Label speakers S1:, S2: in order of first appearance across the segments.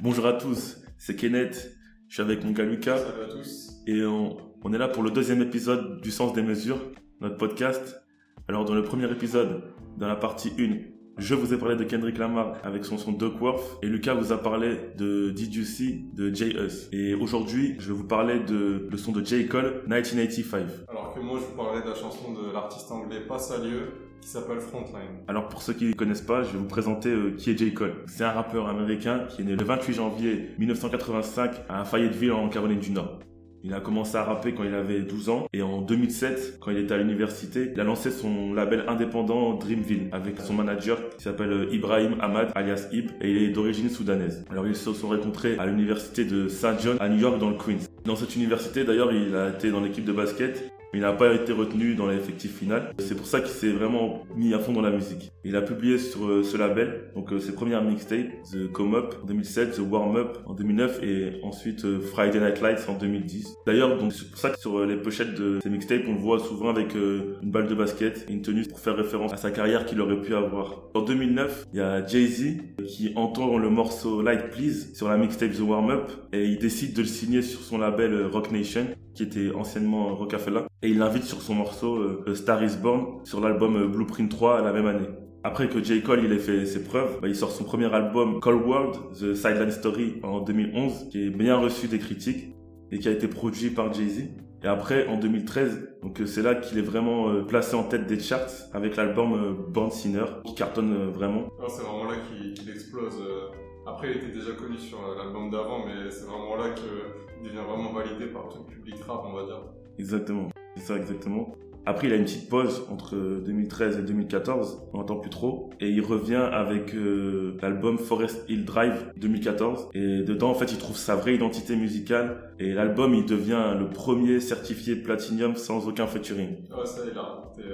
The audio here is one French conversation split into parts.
S1: Bonjour à tous, c'est Kenneth, je suis avec mon gars Lucas.
S2: Salut à tous.
S1: Et on est là pour le deuxième épisode du Sens des Mesures, notre podcast. Alors dans le premier épisode, dans la partie 1, je vous ai parlé de Kendrick Lamar avec son son Duckworth et Lucas vous a parlé de Did You See de J.Us. Et aujourd'hui, je vais vous parler de le son de J. Cole, 1985.
S2: Alors que moi je vous parlais de la chanson de l'artiste anglais Pas Salieu qui s'appelle Frontline.
S1: Alors pour ceux qui ne connaissent pas, je vais vous présenter qui est J. Cole. C'est un rappeur américain qui est né le 28 janvier 1985 à Fayetteville en Caroline du Nord. Il a commencé à rapper quand il avait 12 ans et en 2007, quand il était à l'université, il a lancé son label indépendant Dreamville avec son manager qui s'appelle Ibrahim Ahmad alias Ib et il est d'origine soudanaise. Alors ils se sont rencontrés à l'université de St. John à New York dans le Queens. Dans cette université d'ailleurs, il a été dans l'équipe de basket. Il n'a pas été retenu dans l'effectif final. C'est pour ça qu'il s'est vraiment mis à fond dans la musique. Il a publié sur ce label donc ses premières mixtapes, The Come Up en 2007, The Warm Up en 2009 et ensuite Friday Night Lights en 2010. D'ailleurs, donc c'est pour ça que sur les pochettes de ces mixtapes, on le voit souvent avec une balle de basket et une tenue pour faire référence à sa carrière qu'il aurait pu avoir. En 2009, il y a Jay-Z qui entend le morceau Light Please sur la mixtape The Warm Up et il décide de le signer sur son label Roc Nation, qui était anciennement Rockefeller, et il l'invite sur son morceau Star Is Born sur l'album Blueprint 3 la même année. Après que J. Cole il ait fait ses preuves, il sort son premier album Cold World, The Sideline Story en 2011, qui est bien reçu des critiques et qui a été produit par Jay-Z. Et après, en 2013, donc c'est là qu'il est vraiment placé en tête des charts avec l'album Born Sinner, qui cartonne vraiment.
S2: Alors, c'est vraiment là qu'il explose. Après, il était déjà connu sur l'album d'avant, mais c'est vraiment là qu'il devient vraiment validé par tout le public rap, on va dire.
S1: Exactement, c'est ça exactement. Après, il a une petite pause entre 2013 et 2014, on n'entend plus trop. Et il revient avec l'album Forest Hill Drive 2014. Et dedans, en fait, il trouve sa vraie identité musicale. Et l'album, il devient le premier certifié Platinum sans aucun featuring.
S2: Ouais, ça, il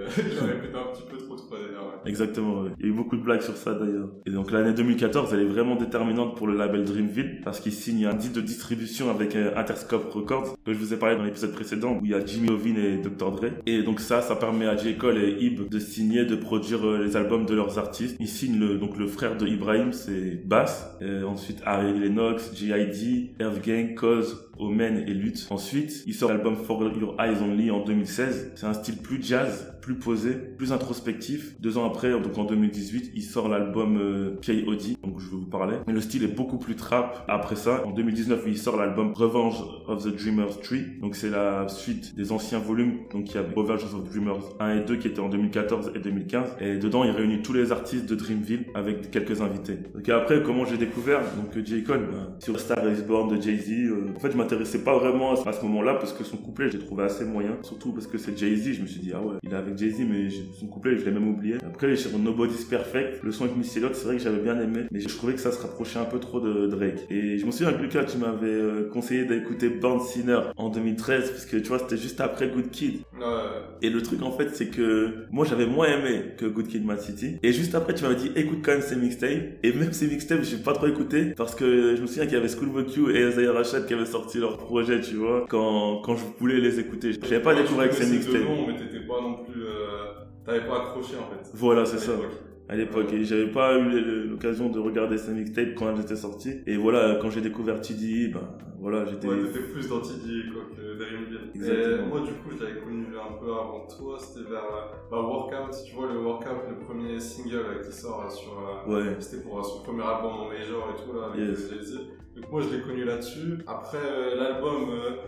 S2: a répété un petit peu trop d'ailleurs. Ouais.
S1: Exactement, ouais. Il y a eu beaucoup de blagues sur ça d'ailleurs. Et donc l'année 2014, elle est vraiment déterminante pour le label Dreamville parce qu'il signe un deal de distribution avec Interscope Records, que je vous ai parlé dans l'épisode précédent, où il y a Jimmy Iovine et Dr. Dre. Et donc ça permet à J. Cole et Ib de signer, de produire les albums de leurs artistes. Ils signent le frère de Ibrahim, c'est Bass. Ensuite Harry Lennox, G.I.D., Earth Gang, Cause, Omen et Lutte. Ensuite, il sort l'album For Your Eyes Only en 2016. C'est un style plus jazz, plus posé, plus introspectif. 2 ans après, donc en 2018, il sort l'album P.I.O.D, donc je vais vous parler. Mais le style est beaucoup plus trap. Après ça, en 2019, il sort l'album Revenge of the Dreamers 3. Donc c'est la suite des anciens volumes. Donc il y avait Revenge of the Dreamers 1 et 2 qui étaient en 2014 et 2015. Et dedans, il réunit tous les artistes de Dreamville avec quelques invités. Donc après, comment j'ai découvert donc J. Cole sur Star Is Born de Jay-Z. En fait, je m'intéressais pas vraiment à ce moment-là parce que son couplet, j'ai trouvé assez moyen. Surtout parce que c'est Jay-Z, je me suis dit, ah ouais, il est avec Jay-Z, mais son couplet, je l'ai même oublié. Après, sur Nobody's Perfect, le son avec Missy Elliott, c'est vrai que j'avais bien aimé, mais je trouvais que ça se rapprochait un peu trop de Drake. Et je me souviens que Lucas, tu m'avais conseillé d'écouter Born Sinner en 2013, parce que tu vois, c'était juste après Good Kid.
S2: Ouais.
S1: Et le truc, en fait, c'est que moi, j'avais moins aimé que Good Kid, Mad City. Et juste après, tu m'avais dit, écoute quand même ces mixtapes. Et même ces mixtapes, j'ai pas trop écouté, parce que je me souviens qu'il y avait Schoolboy Q et Isaiah Rashad qui avaient sorti leur projet, tu vois, quand je voulais les écouter. J'avais pas découvert avec ces mixtapes.
S2: Mais t'étais pas non plus, t'avais pas accroché en fait.
S1: Voilà, c'est ça. À l'époque, et j'avais pas eu l'occasion de regarder ces mixtapes quand elles étaient sorties. Et voilà, quand j'ai découvert TDE, voilà, j'étais...
S2: Ouais, t'étais plus dans TDE quoi que Dreamville.
S1: Exactement.
S2: Et moi, du coup, je l'avais connu un peu avant toi, c'était vers Workout. Tu vois, le Workout, le premier single qui sort sur...
S1: ouais.
S2: C'était pour son premier album en major et tout, là, avec Jay-Z. Donc moi, je l'ai connu là-dessus. Après, l'album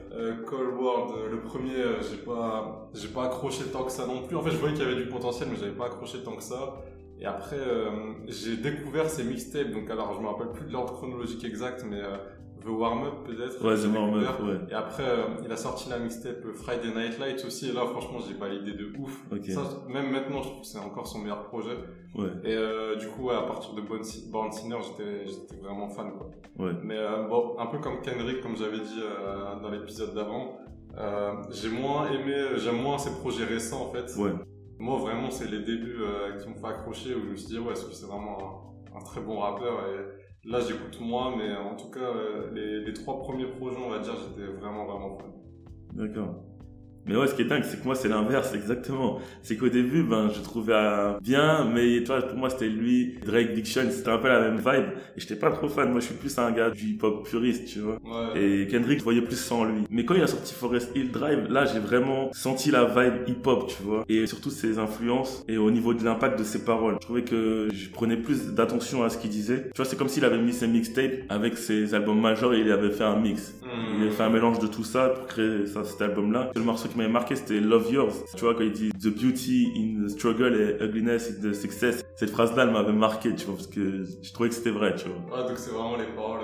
S2: Cold World, le premier, j'ai pas accroché tant que ça non plus. En fait, je voyais qu'il y avait du potentiel, mais j'avais pas accroché tant que ça. Et après, j'ai découvert ces mixtapes, donc alors je me rappelle plus de l'ordre chronologique exact, mais The Warm Up peut-être.
S1: Ouais, The Warm Up, ouais.
S2: Et après, il a sorti la mixtape Friday Night Lights aussi, et là franchement j'ai validé de ouf.
S1: Okay.
S2: Ça, même maintenant je trouve que c'est encore son meilleur projet.
S1: Ouais.
S2: Et du coup, à partir de Born Sinner, j'étais vraiment fan quoi.
S1: Ouais.
S2: Mais bon, un peu comme Kendrick, comme j'avais dit dans l'épisode d'avant, j'aime moins ses projets récents en fait.
S1: Ouais.
S2: Moi, vraiment, c'est les débuts qui m'ont fait accrocher, où je me suis dit, ouais, c'est vraiment un très bon rappeur. Et là, j'écoute moins, mais en tout cas, les 3 premiers projets, on va dire, j'étais vraiment, vraiment fan.
S1: D'accord. Mais ouais, ce qui est dingue, c'est que moi, c'est l'inverse, exactement. C'est qu'au début, je trouvais bien, mais tu vois, pour moi, c'était lui, Drake, Big Sean, c'était un peu la même vibe. Et j'étais pas trop fan. Moi, je suis plus un gars du hip-hop puriste, tu vois.
S2: Ouais.
S1: Et Kendrick, je voyais plus ça en lui. Mais quand il a sorti Forest Hill Drive, là, j'ai vraiment senti la vibe hip-hop, tu vois. Et surtout ses influences et au niveau de l'impact de ses paroles. Je trouvais que je prenais plus d'attention à ce qu'il disait. Tu vois, c'est comme s'il avait mis ses mixtapes avec ses albums majeurs et il avait fait un mix. Il avait fait un mélange de tout ça pour créer cet album-là. Le morceau qui m'avait marqué, c'était Love Yours. Tu vois, quand il dit The beauty in the struggle and ugliness in the success. Cette phrase-là, elle m'avait marqué, tu vois, parce que je trouvais que c'était vrai, tu vois.
S2: Ouais, donc c'est vraiment les paroles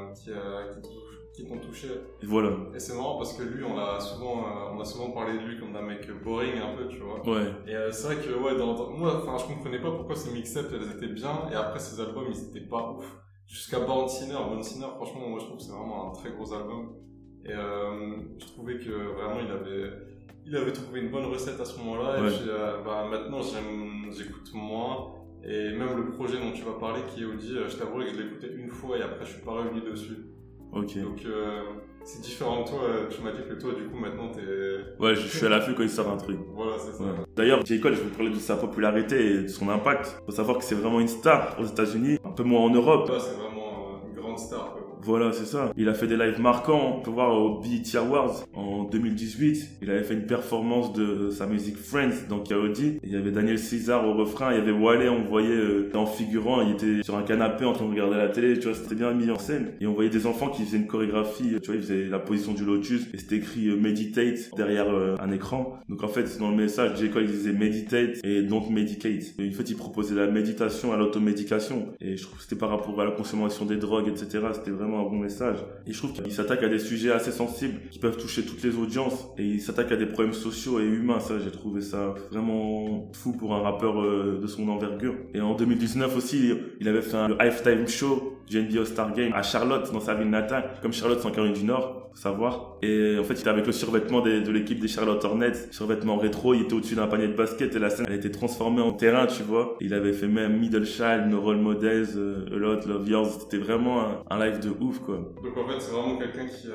S2: qui t'ont touché.
S1: Et voilà.
S2: Et c'est marrant parce que lui, on a souvent parlé de lui comme d'un mec boring un peu, tu vois.
S1: Ouais.
S2: Et c'est vrai que, ouais, moi, enfin, je comprenais pas pourquoi ces mix-ups, elles étaient bien, et après ces albums, ils étaient pas ouf. Jusqu'à Born Sinner, franchement, moi, je trouve que c'est vraiment un très gros album. Et je trouvais que vraiment, il avait trouvé une bonne recette à ce moment-là. Ouais. Et puis, maintenant, j'écoute moins. Et même le projet dont tu vas parler, qui est Audi, je t'avouerai que je l'ai écouté une fois et après, je suis pas revenu dessus.
S1: Ok.
S2: Donc, c'est différent de toi. Tu m'as dit que toi, du coup, maintenant, t'es...
S1: Ouais, je suis à l'affût quand il sort un truc.
S2: Voilà, c'est ça. Ouais.
S1: D'ailleurs, J. Cole, je vais vous parler de sa popularité et de son impact. Faut savoir que c'est vraiment une star aux États-Unis, un peu moins en Europe.
S2: Ouais, c'est vraiment une grande star, quoi.
S1: Voilà, c'est ça. Il a fait des lives marquants. On peut voir au BET Awards en 2018. Il avait fait une performance de sa musique Friends dans K.O.D. Il y avait Daniel Caesar au refrain. Il y avait Wale, on voyait en figurant. Il était sur un canapé en train de regarder la télé. Tu vois, c'était bien mis en scène. Et on voyait des enfants qui faisaient une chorégraphie. Tu vois, ils faisaient la position du lotus. Et c'était écrit Meditate derrière un écran. Donc en fait, dans le message, J. Cole, il disait Meditate et Don't Medicate. Et en fait, il proposait la méditation à l'automédication. Et je trouve que c'était par rapport à la consommation des drogues, etc. C'était vraiment un bon message. Et je trouve qu'il s'attaque à des sujets assez sensibles qui peuvent toucher toutes les audiences. Et il s'attaque à des problèmes sociaux et humains. Ça, j'ai trouvé ça vraiment fou pour un rappeur de son envergure. Et en 2019 aussi, il avait fait le halftime show du NBA All-Star Game à Charlotte, dans sa ville natale. Comme Charlotte, c'est en Caroline du Nord, faut savoir. Et en fait, il était avec le survêtement de l'équipe des Charlotte Hornets, survêtement rétro. Il était au-dessus d'un panier de basket et la scène, elle a été transformée en terrain, tu vois. Il avait fait même Middle Child, No Role Models, A Lot, Love Yours. C'était vraiment un live de ouf, quoi.
S2: Donc en fait, c'est vraiment quelqu'un qui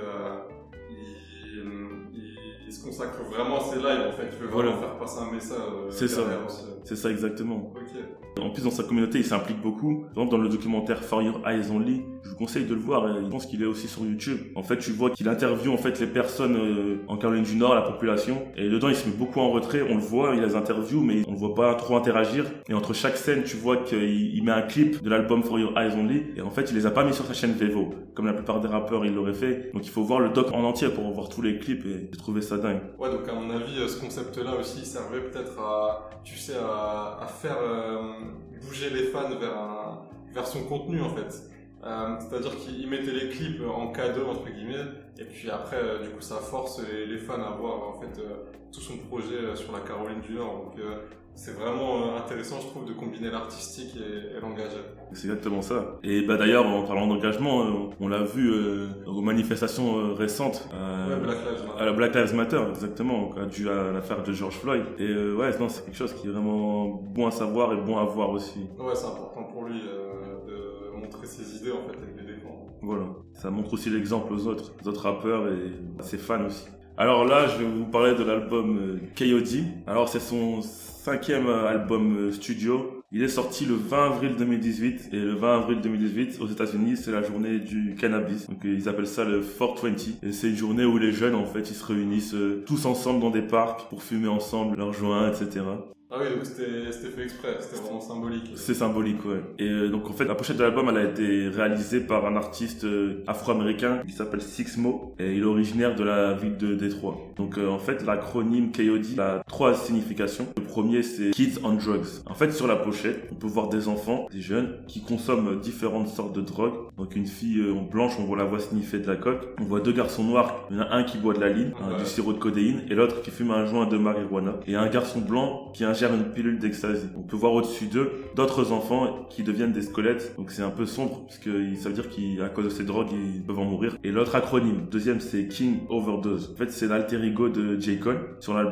S2: il se consacre vraiment à ses lives, en fait. Il veut vraiment faire passer un message.
S1: C'est ça. C'est ça, exactement.
S2: Ok.
S1: En plus, dans sa communauté, il s'implique beaucoup. Par exemple, dans le documentaire For Your Eyes Only, je vous conseille de le voir. Je pense qu'il est aussi sur YouTube. En fait, tu vois qu'il interviewe en fait les personnes en Caroline du Nord, la population. Et dedans, il se met beaucoup en retrait. On le voit, il les interviewe, mais on le voit pas trop interagir. Et entre chaque scène, tu vois qu'il met un clip de l'album For Your Eyes Only. Et en fait, il les a pas mis sur sa chaîne Vevo, comme la plupart des rappeurs, ils l'auraient fait. Donc, il faut voir le doc en entier pour voir tous les clips. Et j'ai trouvé ça dingue.
S2: Ouais, donc à mon avis, ce concept-là aussi, il servait peut-être à, tu sais, à faire bouger les fans vers son contenu, en fait. C'est-à-dire qu'il mettait les clips en cadeau, entre guillemets, et puis après, du coup, ça force les fans à voir, en fait, tout son projet sur la Caroline du Nord. Donc, c'est vraiment intéressant, je trouve, de combiner l'artistique et l'engagé.
S1: C'est exactement ça. Et d'ailleurs, en parlant d'engagement, on l'a vu aux manifestations récentes à la Black Lives Matter, exactement, dû à l'affaire de George Floyd. Et ouais, non, c'est quelque chose qui est vraiment bon à savoir et bon à voir aussi.
S2: Ouais, c'est important pour lui de montrer ses idées, en fait, et de les défendre.
S1: Voilà. Ça montre aussi l'exemple aux autres rappeurs et à ses fans aussi. Alors là, je vais vous parler de l'album K.O.D. Alors, c'est son 5e album studio. Il est sorti le 20 avril 2018. Et le 20 avril 2018, aux États-Unis, c'est la journée du cannabis. Donc, ils appellent ça le 420. Et c'est une journée où les jeunes, en fait, ils se réunissent tous ensemble dans des parcs pour fumer ensemble leurs joints, etc.
S2: Ah oui, donc c'était fait exprès, c'était vraiment symbolique.
S1: C'est symbolique, ouais. Et donc en fait, la pochette de l'album, elle a été réalisée par un artiste afro-américain qui s'appelle Sixmo, et il est originaire de la ville de Détroit. Donc en fait, l'acronyme KOD a 3 significations. Le premier, c'est Kids on Drugs. En fait, sur la pochette, on peut voir des enfants, des jeunes, qui consomment différentes sortes de drogues. Donc une fille blanche, on la voit sniffer de la coke. On voit 2 garçons noirs, il y en a un qui boit de la ligne, du sirop de codéine, et l'autre qui fume un joint de marijuana. Et un garçon blanc qui ingère une pilule d'ecstasy. On peut voir au-dessus d'eux d'autres enfants qui deviennent des squelettes. Donc c'est un peu sombre parce que ça veut dire qu'à cause de ces drogues, ils peuvent en mourir. Et l'autre acronyme, deuxième, c'est King Overdose. En fait, c'est l'alter ego de J. Cole sur l'album.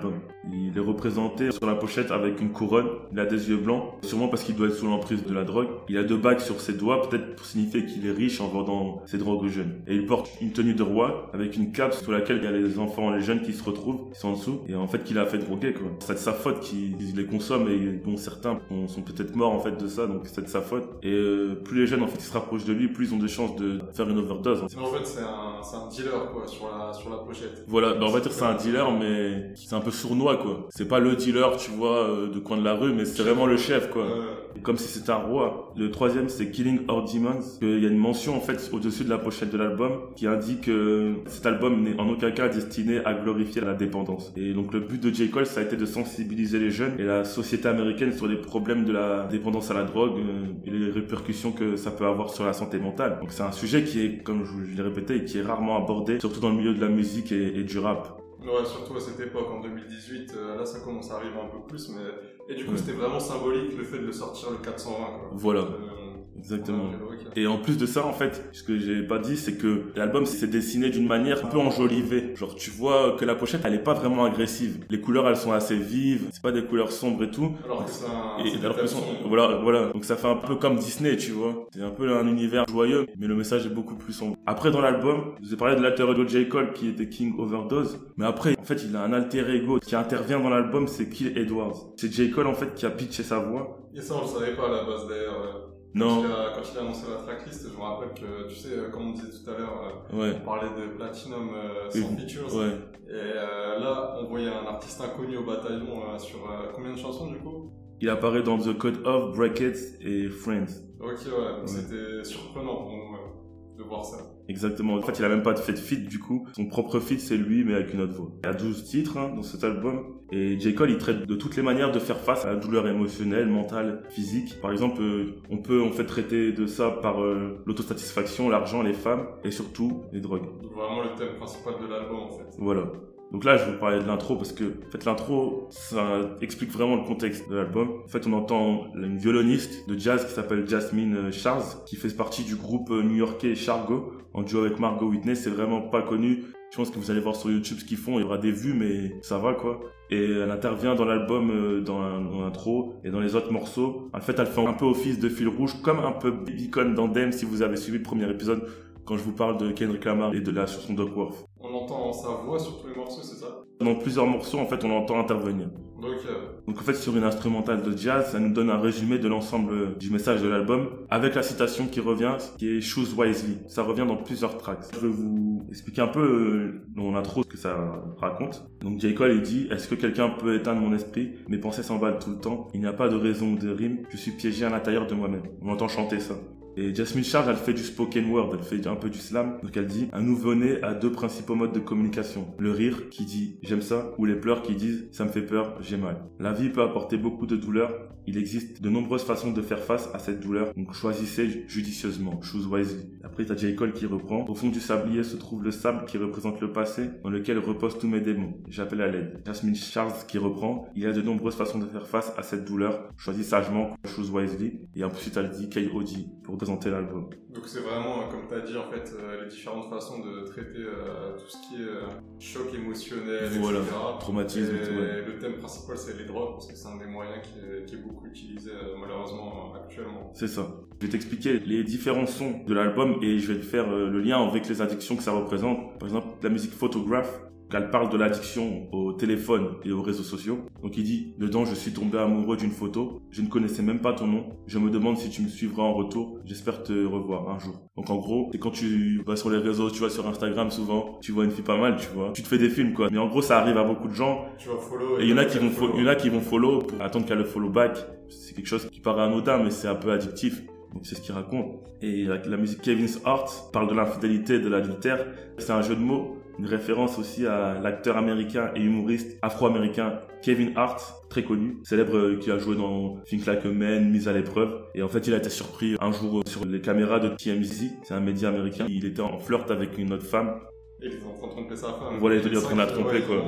S1: Il est représenté sur la pochette avec une couronne, il a des yeux blancs, sûrement parce qu'il doit être sous l'emprise de la drogue. Il a 2 bagues sur ses doigts, peut-être pour signifier qu'il est riche en vendant ses drogues aux jeunes. Et il porte une tenue de roi avec une cape sur laquelle il y a les enfants, les jeunes qui se retrouvent, qui sont en dessous, et en fait qu'il a fait droguer quoi. C'est de sa faute qu'il les consomme et dont certains sont peut-être morts en fait de ça, donc c'est de sa faute. Et plus les jeunes en fait ils se rapprochent de lui, plus ils ont des chances de faire une overdose.
S2: En fait c'est un dealer quoi sur la pochette.
S1: Voilà, on va dire c'est un dealer mais c'est un peu sournois quoi. C'est pas le dealer tu vois de coin de la rue mais c'est vraiment le chef quoi. Comme si c'était un roi. Le 3e c'est Killing Our Demons. Il y a une mention en fait au-dessus de la pochette de l'album qui indique que cet album n'est en aucun cas destiné à glorifier la dépendance. Et donc le but de J. Cole ça a été de sensibiliser les jeunes et la société américaine sur les problèmes de la dépendance à la drogue et les répercussions que ça peut avoir sur la santé mentale. Donc c'est un sujet qui est, comme je l'ai répété, qui est rarement abordé, surtout dans le milieu de la musique et du rap.
S2: Ouais, surtout à cette époque, en 2018, là ça commence à arriver un peu plus, mais... Et du coup c'était vraiment symbolique le fait de le sortir le 420 quoi.
S1: Voilà. Exactement. Et en plus de ça, en fait, ce que j'ai pas dit, c'est que l'album s'est dessiné d'une manière un peu enjolivée. Genre, tu vois que la pochette, elle est pas vraiment agressive. Les couleurs, elles sont assez vives. C'est pas des couleurs sombres et tout.
S2: Alors que c'est
S1: voilà. Donc ça fait un peu comme Disney, tu vois. C'est un peu un univers joyeux, mais le message est beaucoup plus sombre. Après, dans l'album, je vous ai parlé de l'alter ego de J. Cole qui était King Overdose. Mais après, en fait, il a un alter ego qui intervient dans l'album, c'est Kill Edwards. C'est J. Cole, en fait, qui a pitché sa voix.
S2: Et ça, on le savait pas à la base d'ailleurs.
S1: Non.
S2: Quand il a annoncé la tracklist, je me rappelle que, tu sais, comme on disait tout à l'heure, on parlait de Platinum sans features.
S1: Ouais.
S2: Et là, on voyait un artiste inconnu au bataillon sur combien de chansons du coup?
S1: Il apparaît dans The Code of, Brackets et Friends.
S2: Ok, ouais. C'était surprenant pour nous de voir ça.
S1: Exactement. En fait, il a même pas fait de feat du coup. Son propre feat, c'est lui, mais avec une autre voix. Il y a 12 titres dans cet album. Et J. Cole, il traite de toutes les manières de faire face à la douleur émotionnelle, mentale, physique. Par exemple, on peut en fait traiter de ça par l'autosatisfaction, l'argent, les femmes et surtout les drogues.
S2: Donc vraiment le thème principal de l'album en fait.
S1: Voilà. Donc là, je vais vous parler de l'intro parce que, en fait, l'intro, ça explique vraiment le contexte de l'album. En fait, on entend une violoniste de jazz qui s'appelle Jasmine Charles, qui fait partie du groupe new-yorkais Chargo, en duo avec Margot Whitney. C'est vraiment pas connu. Je pense que vous allez voir sur YouTube ce qu'ils font. Il y aura des vues, mais ça va, quoi. Et elle intervient dans l'album, dans l'intro et dans les autres morceaux. En fait, elle fait un peu office de fil rouge, comme un peu Beacon dans Dem, si vous avez suivi le premier épisode, quand je vous parle de Kendrick Lamar et de la chanson Duckworth.
S2: On entend sa voix sur tous les morceaux, c'est ça?
S1: Dans plusieurs morceaux, en fait, on l'entend intervenir. Donc en fait, sur une instrumentale de jazz, ça nous donne un résumé de l'ensemble du message de l'album, avec la citation qui revient, qui est « Choose wisely ». Ça revient dans plusieurs tracks. Je vais vous expliquer un peu dans l'intro ce que ça raconte. Donc J. Cole, il dit « Est-ce que quelqu'un peut éteindre mon esprit? Mes pensées s'emballent tout le temps. Il n'y a pas de raison ou de rime. Je suis piégé à l'intérieur de moi-même. » On entend chanter ça. Et Jasmine Charles, elle fait du spoken word, elle fait un peu du slam. Donc elle dit, un nouveau-né a 2 principaux modes de communication. Le rire qui dit, j'aime ça, ou les pleurs qui disent, ça me fait peur, j'ai mal. La vie peut apporter beaucoup de douleur. Il existe de nombreuses façons de faire face à cette douleur. Donc choisissez judicieusement, choose wisely. Après, t'as J. Cole qui reprend. Au fond du sablier se trouve le sable qui représente le passé, dans lequel reposent tous mes démons. J'appelle à l'aide. Jasmine Charles qui reprend. Il y a de nombreuses façons de faire face à cette douleur. Choisis sagement, choose wisely. Et ensuite, elle dit K.O.D. pour représenter l'album.
S2: Donc c'est vraiment, comme tu as dit, en fait, les différentes façons de traiter tout ce qui est choc émotionnel,
S1: voilà,
S2: etc.
S1: Traumatisme et tout.
S2: Ouais. Le thème principal, c'est les drogues, parce que c'est un des moyens qui est beaucoup utilisé, malheureusement, actuellement.
S1: C'est ça. Je vais t'expliquer les différents sons de l'album et je vais te faire le lien avec les addictions que ça représente. Par exemple, la musique Photograph, elle parle de l'addiction au téléphone et aux réseaux sociaux. Donc il dit, dedans, je suis tombé amoureux d'une photo. Je ne connaissais même pas ton nom. Je me demande si tu me suivras en retour. J'espère te revoir un jour. Donc en gros, c'est quand tu vas sur les réseaux, tu vas sur Instagram souvent, tu vois une fille pas mal, tu vois. Tu te fais des films, quoi. Mais en gros, ça arrive à beaucoup de gens.
S2: Tu vas follow.
S1: Et il y en a qui vont follow pour attendre qu'elle le follow back. C'est quelque chose qui paraît anodin, mais c'est un peu addictif. Donc c'est ce qu'il raconte. Et la musique Kevin's Heart parle de l'infidélité, de l'adultère. C'est un jeu de mots. Une référence aussi à l'acteur américain et humoriste afro-américain Kevin Hart, très connu, célèbre, qui a joué dans Think Like a Man, Mise à l'épreuve. Et en fait, il a été surpris un jour sur les caméras de TMZ, c'est un média américain. Il était en flirt avec une autre femme.
S2: Et il était en train de tromper sa femme.
S1: Voilà, il était en train de la tromper, quoi.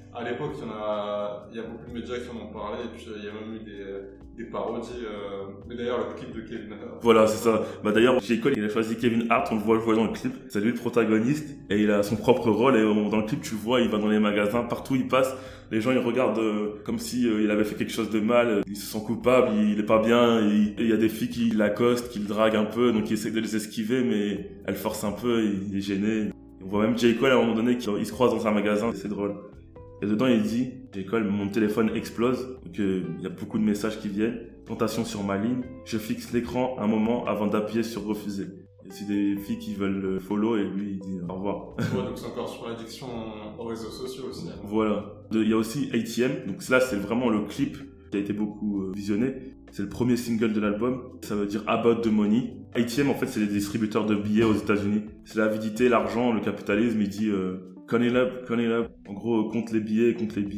S2: à l'époque, il y a beaucoup de médias qui en ont parlé, et puis il y a même eu des parodies. Mais d'ailleurs, le clip de Kevin Hart.
S1: Voilà, c'est ça. Bah d'ailleurs, J. Cole, il a choisi Kevin Hart, on le voit jouer dans le clip. C'est lui le protagoniste, et il a son propre rôle, et dans le clip, tu le vois, il va dans les magasins, partout où il passe. Les gens, ils regardent comme si il avait fait quelque chose de mal, il se sent coupable, il est pas bien, et il y a des filles qui l'accostent, qui le draguent un peu, donc il essaie de les esquiver, mais elle force un peu, il est gêné. On voit même J. Cole à un moment donné, il se croise dans un magasin, c'est drôle. Et dedans, il dit, J. Cole, mon téléphone explose, donc il y a beaucoup de messages qui viennent. Tentation sur ma ligne, je fixe l'écran un moment avant d'appuyer sur refuser. Il y a aussi des filles qui veulent le follow et lui, il dit au revoir.
S2: Ouais, donc c'est encore sur l'addiction aux réseaux sociaux aussi.
S1: Voilà. Il y a aussi ATM, donc là, c'est vraiment le clip qui a été beaucoup visionné. C'est le premier single de l'album, ça veut dire About the Money. ATM, en fait, c'est les distributeurs de billets aux États-Unis. C'est l'avidité, l'argent, le capitalisme, il dit count it up. En gros, compte les billets.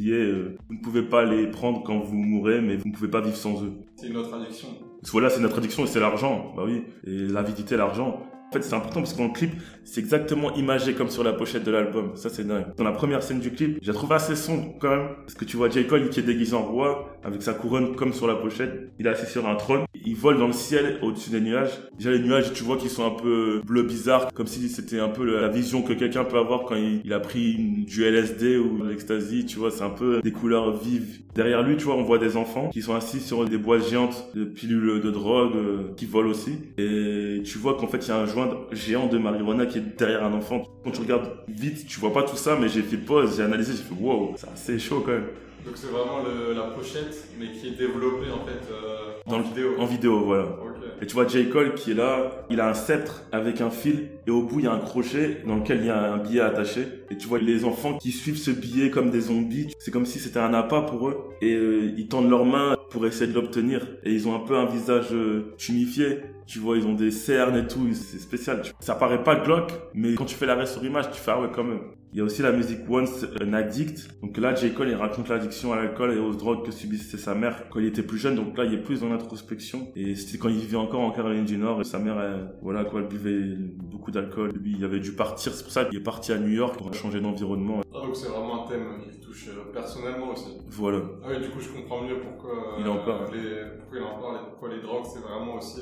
S1: Vous ne pouvez pas les prendre quand vous mourrez, mais vous ne pouvez pas vivre sans eux.
S2: C'est une autre addiction.
S1: Voilà, c'est notre addiction et c'est l'argent. Bah oui. Et l'avidité, l'argent. En fait, c'est important parce que dans le clip, c'est exactement imagé comme sur la pochette de l'album. Ça, c'est dingue. Dans la première scène du clip, j'ai trouvé assez sombre quand même. Parce que tu vois J. Cole qui est déguisé en roi, avec sa couronne comme sur la pochette. Il est assis sur un trône. Il vole dans le ciel au-dessus des nuages. Déjà, les nuages, tu vois qu'ils sont un peu bleu bizarre. Comme si c'était un peu la vision que quelqu'un peut avoir quand il a pris du LSD ou de l'ecstasy. Tu vois, c'est un peu des couleurs vives. Derrière lui, tu vois, on voit des enfants qui sont assis sur des boîtes géantes de pilules de drogue qui volent aussi. Et tu vois qu'en fait, il y a un joint géant de marijuana qui est derrière un enfant. Quand tu regardes vite, tu vois pas tout ça, mais j'ai fait pause, j'ai analysé, j'ai fait wow, c'est assez chaud quand même.
S2: Donc c'est vraiment la pochette, mais qui est développée en fait vidéo.
S1: En vidéo, voilà.
S2: Okay.
S1: Et tu vois J. Cole qui est là, il a un sceptre avec un fil, et au bout il y a un crochet dans lequel il y a un billet attaché. Et tu vois les enfants qui suivent ce billet comme des zombies, c'est comme si c'était un appât pour eux. Et ils tendent leurs mains pour essayer de l'obtenir. Et ils ont un peu un visage tumifié. Tu vois, ils ont des cernes et tout, c'est spécial. Ça paraît pas glauque, mais quand tu fais l'arrêt sur image, tu fais ah ouais quand même. Il y a aussi la musique Once an Addict. Donc là, J. Cole, il raconte l'addiction à l'alcool et aux drogues que subissait sa mère quand il était plus jeune. Donc là, il est plus dans l'introspection. Et c'était quand il vivait encore en Caroline du Nord. Et sa mère, elle buvait beaucoup d'alcool. Lui, il avait dû partir. C'est pour ça qu'il est parti à New York pour changer d'environnement.
S2: Ah, donc c'est vraiment un thème qui touche personnellement aussi.
S1: Voilà.
S2: Ah oui, du coup, je comprends mieux pourquoi
S1: il en parle.
S2: Pourquoi il en parle et pourquoi les drogues, c'est vraiment aussi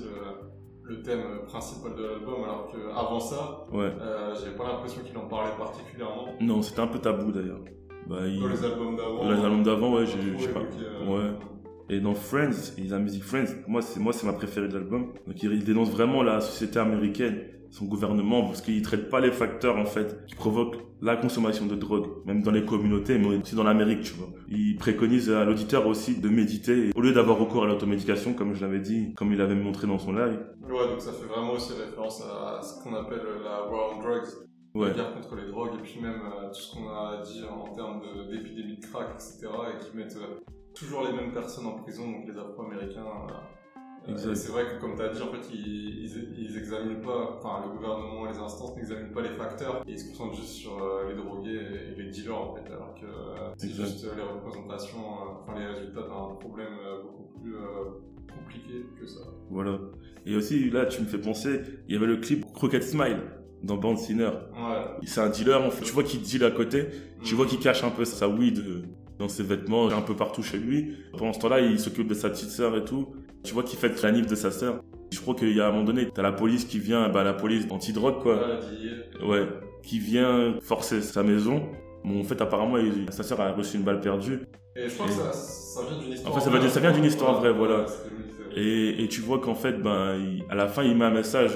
S2: le thème principal de l'album, alors qu'avant ça, j'avais pas l'impression qu'il en parlait particulièrement.
S1: Non, c'était un peu tabou d'ailleurs.
S2: Dans les albums d'avant.
S1: Les albums d'avant, ouais, je sais pas. Ouais. Et dans Friends, la musique Friends, moi c'est ma préférée de l'album. Donc il dénonce vraiment la société américaine, son gouvernement, parce qu'il traite pas les facteurs en fait qui provoquent la consommation de drogue, même dans les communautés, mais aussi dans l'Amérique, tu vois. Il préconise à l'auditeur aussi de méditer au lieu d'avoir recours à l'automédication, comme je l'avais dit, comme il l'avait montré dans son live.
S2: Ouais, donc ça fait vraiment aussi référence à ce qu'on appelle la war on drugs. La guerre contre les drogues, et puis même tout ce qu'on a dit en termes d'épidémie de crack, etc., et qui mettent toujours les mêmes personnes en prison, donc les Afro-Américains. C'est vrai que comme tu as dit, en fait, ils examinent pas, enfin le gouvernement et les instances n'examinent pas les facteurs, et ils se concentrent juste sur les drogués et les dealers en fait, alors que c'est juste les représentations, les résultats d'un problème beaucoup plus compliqué que ça.
S1: Voilà. Et aussi là, tu me fais penser, il y avait le clip Crooked Smile dans Band Sinner.
S2: Ouais.
S1: C'est un dealer, en fait. Tu vois qu'il deal à côté, tu vois qu'il cache un peu sa weed dans ses vêtements, un peu partout chez lui. Pendant ce temps-là, il s'occupe de sa petite sœur et tout. Tu vois qu'il fête la nif de sa sœur. Je crois qu'il y a un moment donné, t'as la police qui vient, la police anti-drogue, quoi. Ouais, qui vient forcer sa maison. Bon, en fait, apparemment, sa sœur a reçu une balle perdue.
S2: Et je crois que ça vient d'une histoire.
S1: En fait, ça vient d'une histoire vraie, voilà. Et tu vois qu'en fait, à la fin, il met un message,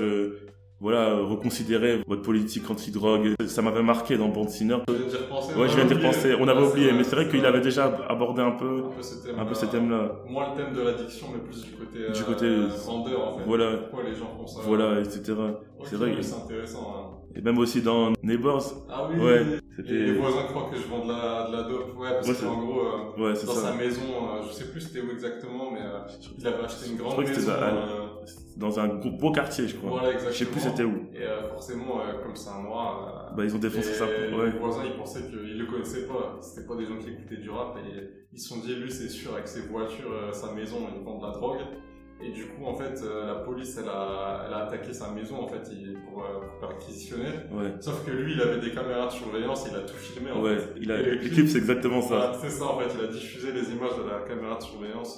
S1: reconsidérez votre politique anti-drogue. Ça m'avait marqué dans Band Sinner.
S2: Je viens d'y repenser.
S1: Ouais, je viens d'y repenser. On avait oublié, mais c'est vrai qu'il avait déjà abordé un peu ce thème-là.
S2: Moins le thème de l'addiction, mais plus du côté vendeur, en fait.
S1: Voilà.
S2: Pourquoi les gens font ça.
S1: Voilà, etc.
S2: Okay, c'est vrai que c'est intéressant. Hein.
S1: Et même aussi dans Neighbors.
S2: Ah oui,
S1: ouais,
S2: les voisins croient que je vends de la dope. Ouais, parce qu'en gros, dans sa maison, je sais plus c'était où exactement, mais il avait acheté une grande maison.
S1: Dans un beau quartier, je crois.
S2: Voilà, exactement.
S1: Je sais plus c'était où.
S2: Et forcément, comme c'est un noir,
S1: ils ont défoncé ça.
S2: Les voisins, ils pensaient qu'ils le connaissaient pas. C'était pas des gens qui écoutaient du rap, et ils se sont dit, lui, c'est sûr, avec ses voitures, sa maison, il vend de la drogue. Et du coup, en fait, la police, elle a attaqué sa maison, en fait, pour perquisitionner.
S1: Ouais.
S2: Sauf que lui, il avait des caméras de surveillance, il a tout filmé, en
S1: ouais,
S2: fait.
S1: le clip, c'est exactement ça.
S2: Voilà, c'est ça, en fait, il a diffusé les images de la caméra de surveillance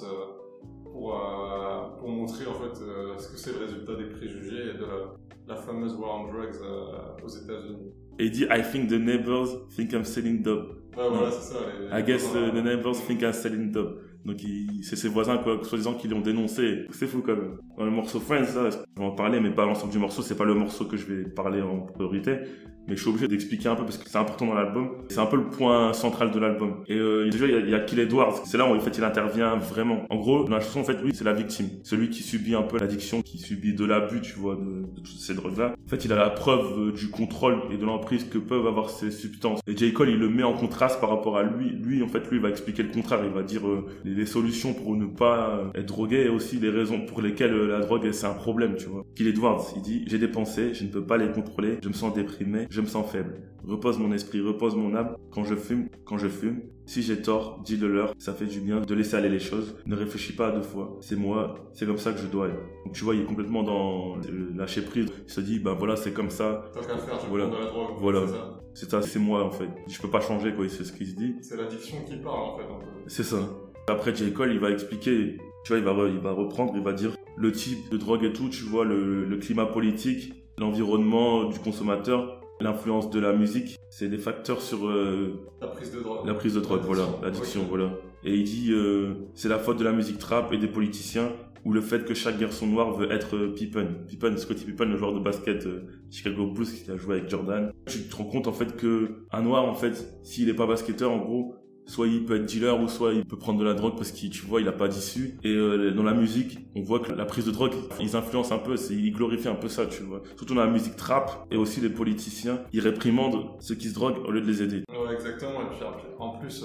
S2: pour montrer, en fait, ce que c'est le résultat des préjugés et de la fameuse war on drugs aux États-Unis.
S1: Et il dit, I think the neighbors think I'm selling dope.
S2: Ouais, voilà, c'est ça.
S1: I guess the neighbors think I'm selling dope. Donc c'est ses voisins, quoi, soi-disant, qui l'ont dénoncé. C'est fou, quand même. Dans le morceau Friends, là, je vais en parler, mais pas l'ensemble du morceau. C'est pas le morceau que je vais parler en priorité. Mais je suis obligé d'expliquer un peu parce que c'est important dans l'album. C'est un peu le point central de l'album. Et déjà, il y a Kill Edwards. C'est là où en fait il intervient vraiment. En gros, dans la chanson, en fait, lui, c'est la victime. Celui qui subit un peu l'addiction, qui subit de l'abus, tu vois, de toutes ces drogues-là. En fait, il a la preuve du contrôle et de l'emprise que peuvent avoir ces substances. Et J. Cole, il le met en contraste par rapport à lui. Lui, en fait, lui, il va expliquer le contraire. Il va dire les solutions pour ne pas être drogué et aussi les raisons pour lesquelles la drogue, c'est un problème, tu vois. Kill Edwards, il dit, j'ai des pensées, je ne peux pas les contrôler, je me sens déprimé, je me sens faible. Repose mon esprit, repose mon âme. Quand je fume. Si j'ai tort, dis-le leur. Ça fait du bien de laisser aller les choses. Ne réfléchis pas à deux fois. C'est moi, c'est comme ça que je dois être. Donc tu vois, il est complètement dans le lâcher prise. Il se dit, ben voilà, c'est comme ça.
S2: T'as qu'à faire, je
S1: voilà.
S2: prends de la drogue.
S1: Voilà. C'est ça, c'est moi en fait. Je peux pas changer, quoi. C'est ce qu'il se dit.
S2: C'est l'addiction qui parle en fait. Un peu.
S1: C'est ça. Après, J. Cole, il va expliquer. Tu vois, il va reprendre, il va dire le type de drogue et tout. Tu vois, le climat politique, l'environnement du consommateur. L'influence de la musique, c'est des facteurs sur
S2: la prise de drogue.
S1: La prise de drogue, voilà, l'addiction, okay. Voilà. Et il dit c'est la faute de la musique trap et des politiciens ou le fait que chaque garçon noir veut être Pippen. Scottie Pippen, le joueur de basket Chicago Bulls qui a joué avec Jordan. Tu te rends compte en fait que un noir en fait, s'il est pas basketteur en gros, soit il peut être dealer ou soit il peut prendre de la drogue parce qu'il, tu vois, il a pas d'issue. Et dans la musique, on voit que la prise de drogue, ils influencent un peu, ils glorifient un peu ça, tu vois. Surtout dans la musique trap et aussi les politiciens, ils réprimandent ceux qui se droguent au lieu de les aider.
S2: Ouais, exactement. Et puis en plus,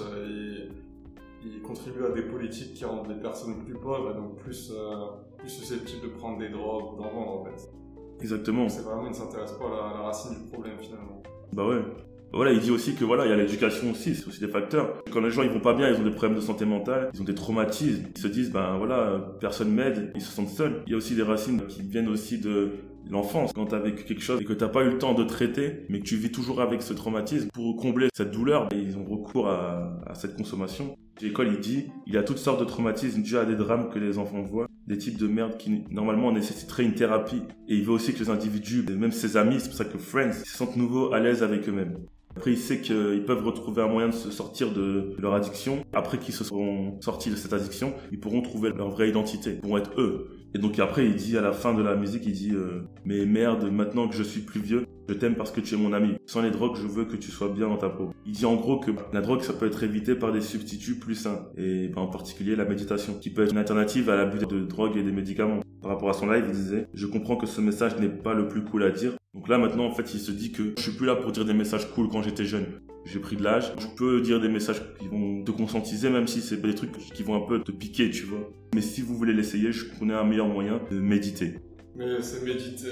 S2: ils contribuent à des politiques qui rendent les personnes plus pauvres et donc plus susceptibles de prendre des drogues ou d'en vendre en fait.
S1: Exactement.
S2: C'est vraiment, ils ne s'intéressent pas à la racine du problème finalement.
S1: Bah ouais. Voilà, il dit aussi que voilà, il y a l'éducation aussi, c'est aussi des facteurs. Quand les gens ils vont pas bien, ils ont des problèmes de santé mentale, ils ont des traumatismes, ils se disent ben voilà, personne m'aide, ils se sentent seuls. Il y a aussi des racines qui viennent aussi de l'enfance, quand t'as vécu quelque chose et que t'as pas eu le temps de traiter, mais que tu vis toujours avec ce traumatisme, pour combler cette douleur, ils ont recours à cette consommation. J. Cole, il dit, il y a toutes sortes de traumatismes dus à des drames que les enfants voient, des types de merde qui normalement nécessiteraient une thérapie. Et il veut aussi que les individus, et même ses amis, c'est pour ça que Friends, se sentent nouveau à l'aise avec eux-mêmes. Après, il sait qu'ils peuvent retrouver un moyen de se sortir de leur addiction. Après qu'ils se seront sortis de cette addiction, ils pourront trouver leur vraie identité, ils pourront être eux. Et donc après, il dit à la fin de la musique, il dit mais merde, maintenant que je suis plus vieux, je t'aime parce que tu es mon ami. Sans les drogues, je veux que tu sois bien dans ta peau. Il dit en gros que la drogue, ça peut être évité par des substituts plus sains. Et en particulier la méditation, qui peut être une alternative à l'abus de drogue et des médicaments. Par rapport à son live, il disait « Je comprends que ce message n'est pas le plus cool à dire. » Donc là, maintenant, en fait, il se dit que je suis plus là pour dire des messages cool quand j'étais jeune. J'ai pris de l'âge. Je peux dire des messages qui vont te conscientiser, même si c'est des trucs qui vont un peu te piquer, tu vois. Mais si vous voulez l'essayer, je connais un meilleur moyen de méditer.
S2: Mais c'est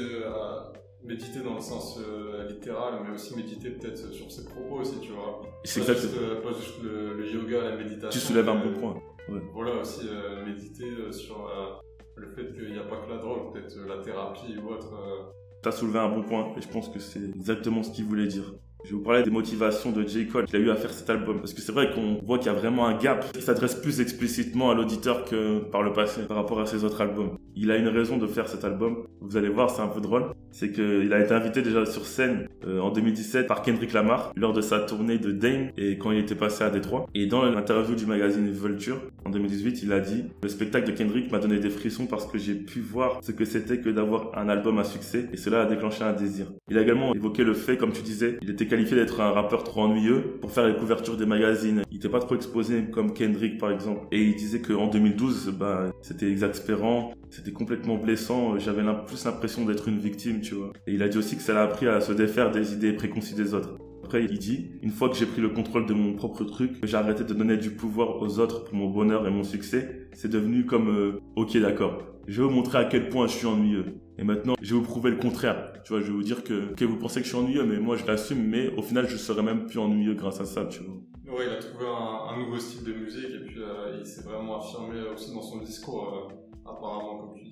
S2: méditer dans le sens littéral, mais aussi méditer peut-être sur ses propos aussi, tu vois.
S1: C'est
S2: pas juste le yoga, la méditation.
S1: Tu soulèves un bon point. Ouais.
S2: Voilà, aussi méditer sur le fait qu'il n'y a pas que la drogue, peut-être la thérapie ou autre.
S1: T'as soulevé un bon point et je pense que c'est exactement ce qu'il voulait dire. Je vais vous parler des motivations de J. Cole qu'il a eu à faire cet album. Parce que c'est vrai qu'on voit qu'il y a vraiment un gap qui s'adresse plus explicitement à l'auditeur que par le passé, par rapport à ses autres albums. Il a une raison de faire cet album. Vous allez voir, c'est un peu drôle. C'est qu'il a été invité déjà sur scène en 2017 par Kendrick Lamar lors de sa tournée de Dame et quand il était passé à Détroit. Et dans l'interview du magazine Vulture en 2018, il a dit « Le spectacle de Kendrick m'a donné des frissons parce que j'ai pu voir ce que c'était que d'avoir un album à succès et cela a déclenché un désir. » Il a également évoqué le fait, comme tu disais, il était qualifié d'être un rappeur trop ennuyeux pour faire les couvertures des magazines. Il était pas trop exposé comme Kendrick par exemple. Et il disait qu'en 2012, c'était exaspérant, c'était complètement blessant, j'avais plus l'impression d'être une victime, tu vois. Et il a dit aussi que ça l'a appris à se défaire des idées préconçues des autres. Après, il dit, une fois que j'ai pris le contrôle de mon propre truc, j'ai arrêté de donner du pouvoir aux autres pour mon bonheur et mon succès, c'est devenu comme, ok d'accord, je vais vous montrer à quel point je suis ennuyeux. Et maintenant, je vais vous prouver le contraire. Tu vois, je vais vous dire que vous pensez que je suis ennuyeux, mais moi je l'assume, mais au final, je serai même plus ennuyeux grâce à ça, tu vois.
S2: Ouais, il a trouvé un nouveau style de musique et puis il s'est vraiment affirmé aussi dans son discours, apparemment, comme tu dis.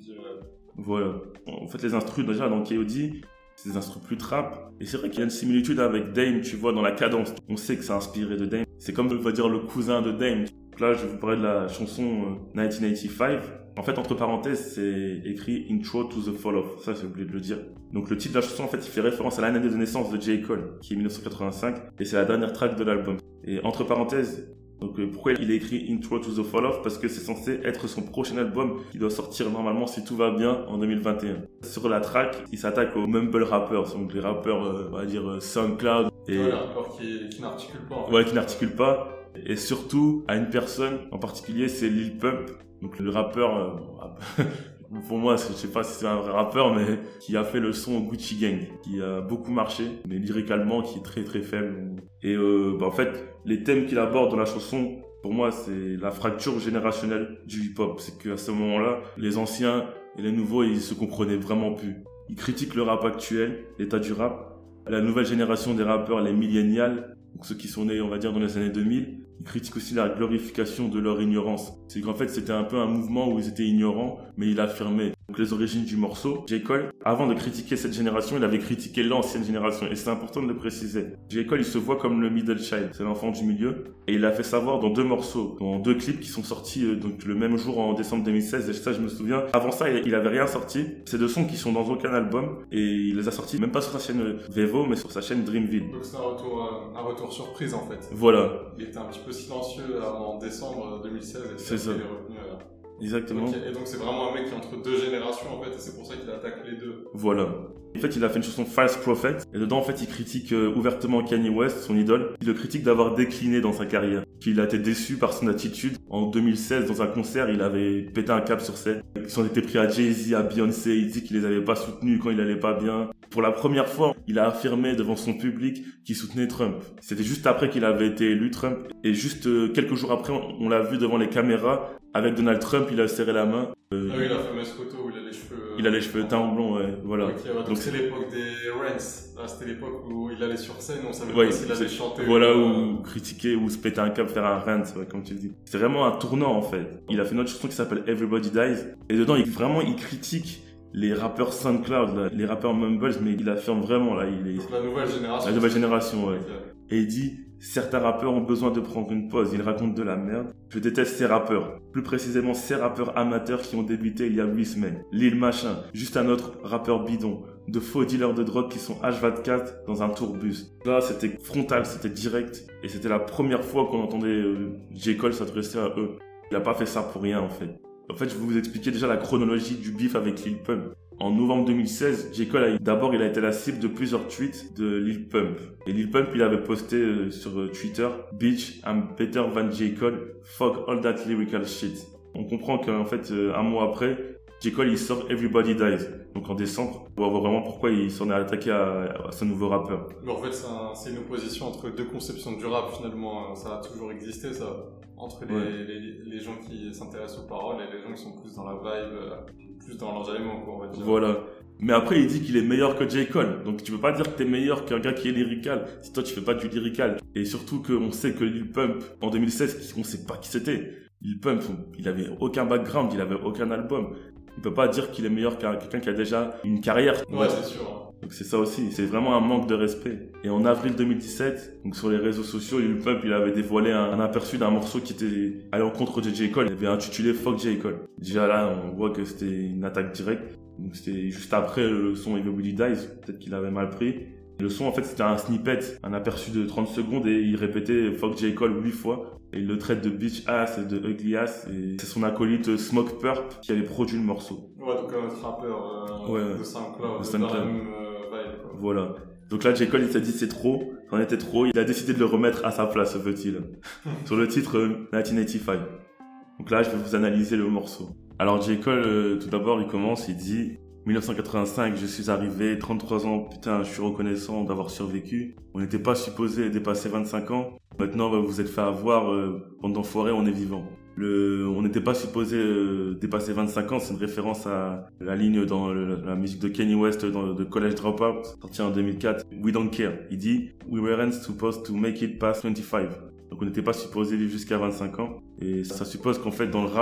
S1: Voilà. En fait, les instrus, déjà, dans K.O.D., c'est des instrus plus trap. Et c'est vrai qu'il y a une similitude avec Dame, tu vois, dans la cadence. On sait que c'est inspiré de Dame. C'est comme, on va dire, le cousin de Dame. Donc là, je vais vous parler de la chanson 1985. En fait, entre parenthèses, c'est écrit Intro to the Fall of. Ça, j'ai oublié de le dire. Donc le titre de la chanson, en fait, il fait référence à l'année de naissance de J. Cole, qui est 1985. Et c'est la dernière track de l'album. Et entre parenthèses, donc pourquoi il est écrit Intro to the Fall Off? Parce que c'est censé être son prochain album qui doit sortir normalement, si tout va bien, en 2021. Sur la track, il s'attaque aux mumble rappers, donc les rappeurs, on va dire SoundCloud.
S2: Et les rappeurs qui n'articulent pas. En fait.
S1: Ouais, qui n'articulent pas. Et surtout à une personne en particulier, c'est Lil Pump. Donc le rappeur, pour moi, je sais pas si c'est un vrai rappeur, mais qui a fait le son Gucci Gang, qui a beaucoup marché, mais lyricalement qui est très très faible. Et en fait, les thèmes qu'il aborde dans la chanson, pour moi, c'est la fracture générationnelle du hip-hop. C'est qu'à ce moment-là, les anciens et les nouveaux, ils se comprenaient vraiment plus. Ils critiquent le rap actuel, l'état du rap, la nouvelle génération des rappeurs, les millénials, donc ceux qui sont nés, on va dire, dans les années 2000. Ils critiquent aussi la glorification de leur ignorance. C'est qu'en fait, c'était un peu un mouvement où ils étaient ignorants, mais il affirmait donc les origines du morceau. J. Cole, avant de critiquer cette génération, il avait critiqué l'ancienne génération. Et c'est important de le préciser. J. Cole, il se voit comme le middle child. C'est l'enfant du milieu. Et il l'a fait savoir dans 2 morceaux, dans 2 clips qui sont sortis donc le même jour en décembre 2016. Et ça, je me souviens. Avant ça, il avait rien sorti. C'est 2 sons qui sont dans aucun album. Et il les a sortis même pas sur sa chaîne Vevo, mais sur sa chaîne Dreamville.
S2: Donc c'est un retour surprise, en fait.
S1: Voilà.
S2: Il était un petit peu silencieux en décembre 2016 et
S1: c'est ça.
S2: Il est revenu.
S1: Exactement.
S2: Okay. Et donc c'est vraiment un mec qui est entre 2 générations en fait, et c'est pour ça qu'il attaque les 2.
S1: Voilà. En fait, il a fait une chanson False Prophet, et dedans, en fait, il critique ouvertement Kanye West, son idole. Il le critique d'avoir décliné dans sa carrière, qu'il a été déçu par son attitude. En 2016, dans un concert, il avait pété un câble sur scène. Ils s'en étaient pris à Jay-Z, à Beyoncé, il dit qu'il les avait pas soutenus quand il allait pas bien. Pour la première fois, il a affirmé devant son public qu'il soutenait Trump. C'était juste après qu'il avait été élu Trump, et juste quelques jours après, on l'a vu devant les caméras. Avec Donald Trump, il a serré la main.
S2: Ah oui, la fameuse photo où il a les cheveux...
S1: il a les cheveux teints blonds, ouais, voilà.
S2: Okay, ouais, donc c'est l'époque des rants. Là, c'était l'époque où il allait sur scène, on savait
S1: ouais,
S2: pas s'il allait chanter.
S1: Voilà, ou critiquer, ou se péter un câble, faire un rant, ouais, comme tu le dis. C'est vraiment un tournant, en fait. Il a fait une autre chanson qui s'appelle Everybody Dies. Et dedans, il critique les rappeurs SoundCloud, là, les rappeurs Mumbles, mais il affirme vraiment, là,
S2: Donc la nouvelle génération.
S1: La nouvelle génération, ouais.
S2: Okay.
S1: Et il dit... Certains rappeurs ont besoin de prendre une pause, ils racontent de la merde. Je déteste ces rappeurs. Plus précisément, ces rappeurs amateurs qui ont débuté il y a 8 semaines. Lil Machin, juste un autre rappeur bidon. De faux dealers de drogue qui sont H24 dans un tourbus. Là, c'était frontal, c'était direct. Et c'était la première fois qu'on entendait J. Cole s'adresser à eux. Il a pas fait ça pour rien, en fait. En fait, je vais vous expliquer déjà la chronologie du beef avec Lil Pump. En novembre 2016, J. Cole, d'abord, il a été la cible de plusieurs tweets de Lil Pump. Et Lil Pump, il avait posté sur Twitter, « Bitch, I'm better than J. Cole, fuck all that lyrical shit ». On comprend qu'en fait, un mois après, J. Cole, il sort Everybody Dies. Donc en décembre, on voit vraiment pourquoi il s'en est attaqué à ce nouveau rappeur.
S2: Mais en fait, c'est une opposition entre 2 conceptions du rap, finalement. Ça a toujours existé, ça. Entre les gens qui s'intéressent aux paroles et les gens qui sont plus dans la vibe, plus dans l'enjaillement, quoi, on va dire.
S1: Voilà. Mais après, il dit qu'il est meilleur que J. Cole. Donc tu peux pas dire que t'es meilleur qu'un gars qui est lyrical si toi tu fais pas du lyrical. Et surtout qu'on sait que Lil Pump, en 2016, on sait pas qui c'était. Lil Pump, il avait aucun background, il avait aucun album. Il peut pas dire qu'il est meilleur qu'un quelqu'un qui a déjà une carrière.
S2: Ouais, c'est sûr.
S1: Donc c'est ça aussi, c'est vraiment un manque de respect. Et en avril 2017, donc sur les réseaux sociaux, Lil Pump, il avait dévoilé un aperçu d'un morceau qui était à l'encontre de J. Cole. Il avait intitulé Fuck J. Cole. Déjà là, on voit que c'était une attaque directe. Donc c'était juste après le son Everybody Dies, peut-être qu'il avait mal pris. Et le son, en fait, c'était un snippet, un aperçu de 30 secondes et il répétait Fuck J. Cole 8 fois. Et il le traite de bitch ass et de ugly ass. Et c'est son acolyte Smoke Purp qui avait produit le morceau.
S2: Ouais, donc un autre rappeur de SoundCloud, dans la même vibe, quoi.
S1: Voilà. Donc là, J. Cole, il s'est dit c'est trop, c'en était trop. Il a décidé de le remettre à sa place, ce petit là. Sur le titre 1985. Donc là, je vais vous analyser le morceau. Alors J. Cole, tout d'abord, il commence, il dit 1985, je suis arrivé, 33 ans, putain, je suis reconnaissant d'avoir survécu. On n'était pas supposé dépasser 25 ans. Maintenant, vous êtes fait avoir, bande d'enfoirés, on est vivant. On n'était pas supposé dépasser 25 ans, c'est une référence à la ligne dans la musique de Kanye West de College Dropout, sorti en 2004. We don't care. Il dit We weren't supposed to make it past 25. Donc on n'était pas supposé vivre jusqu'à 25 ans. Et ça suppose qu'en fait dans le rap,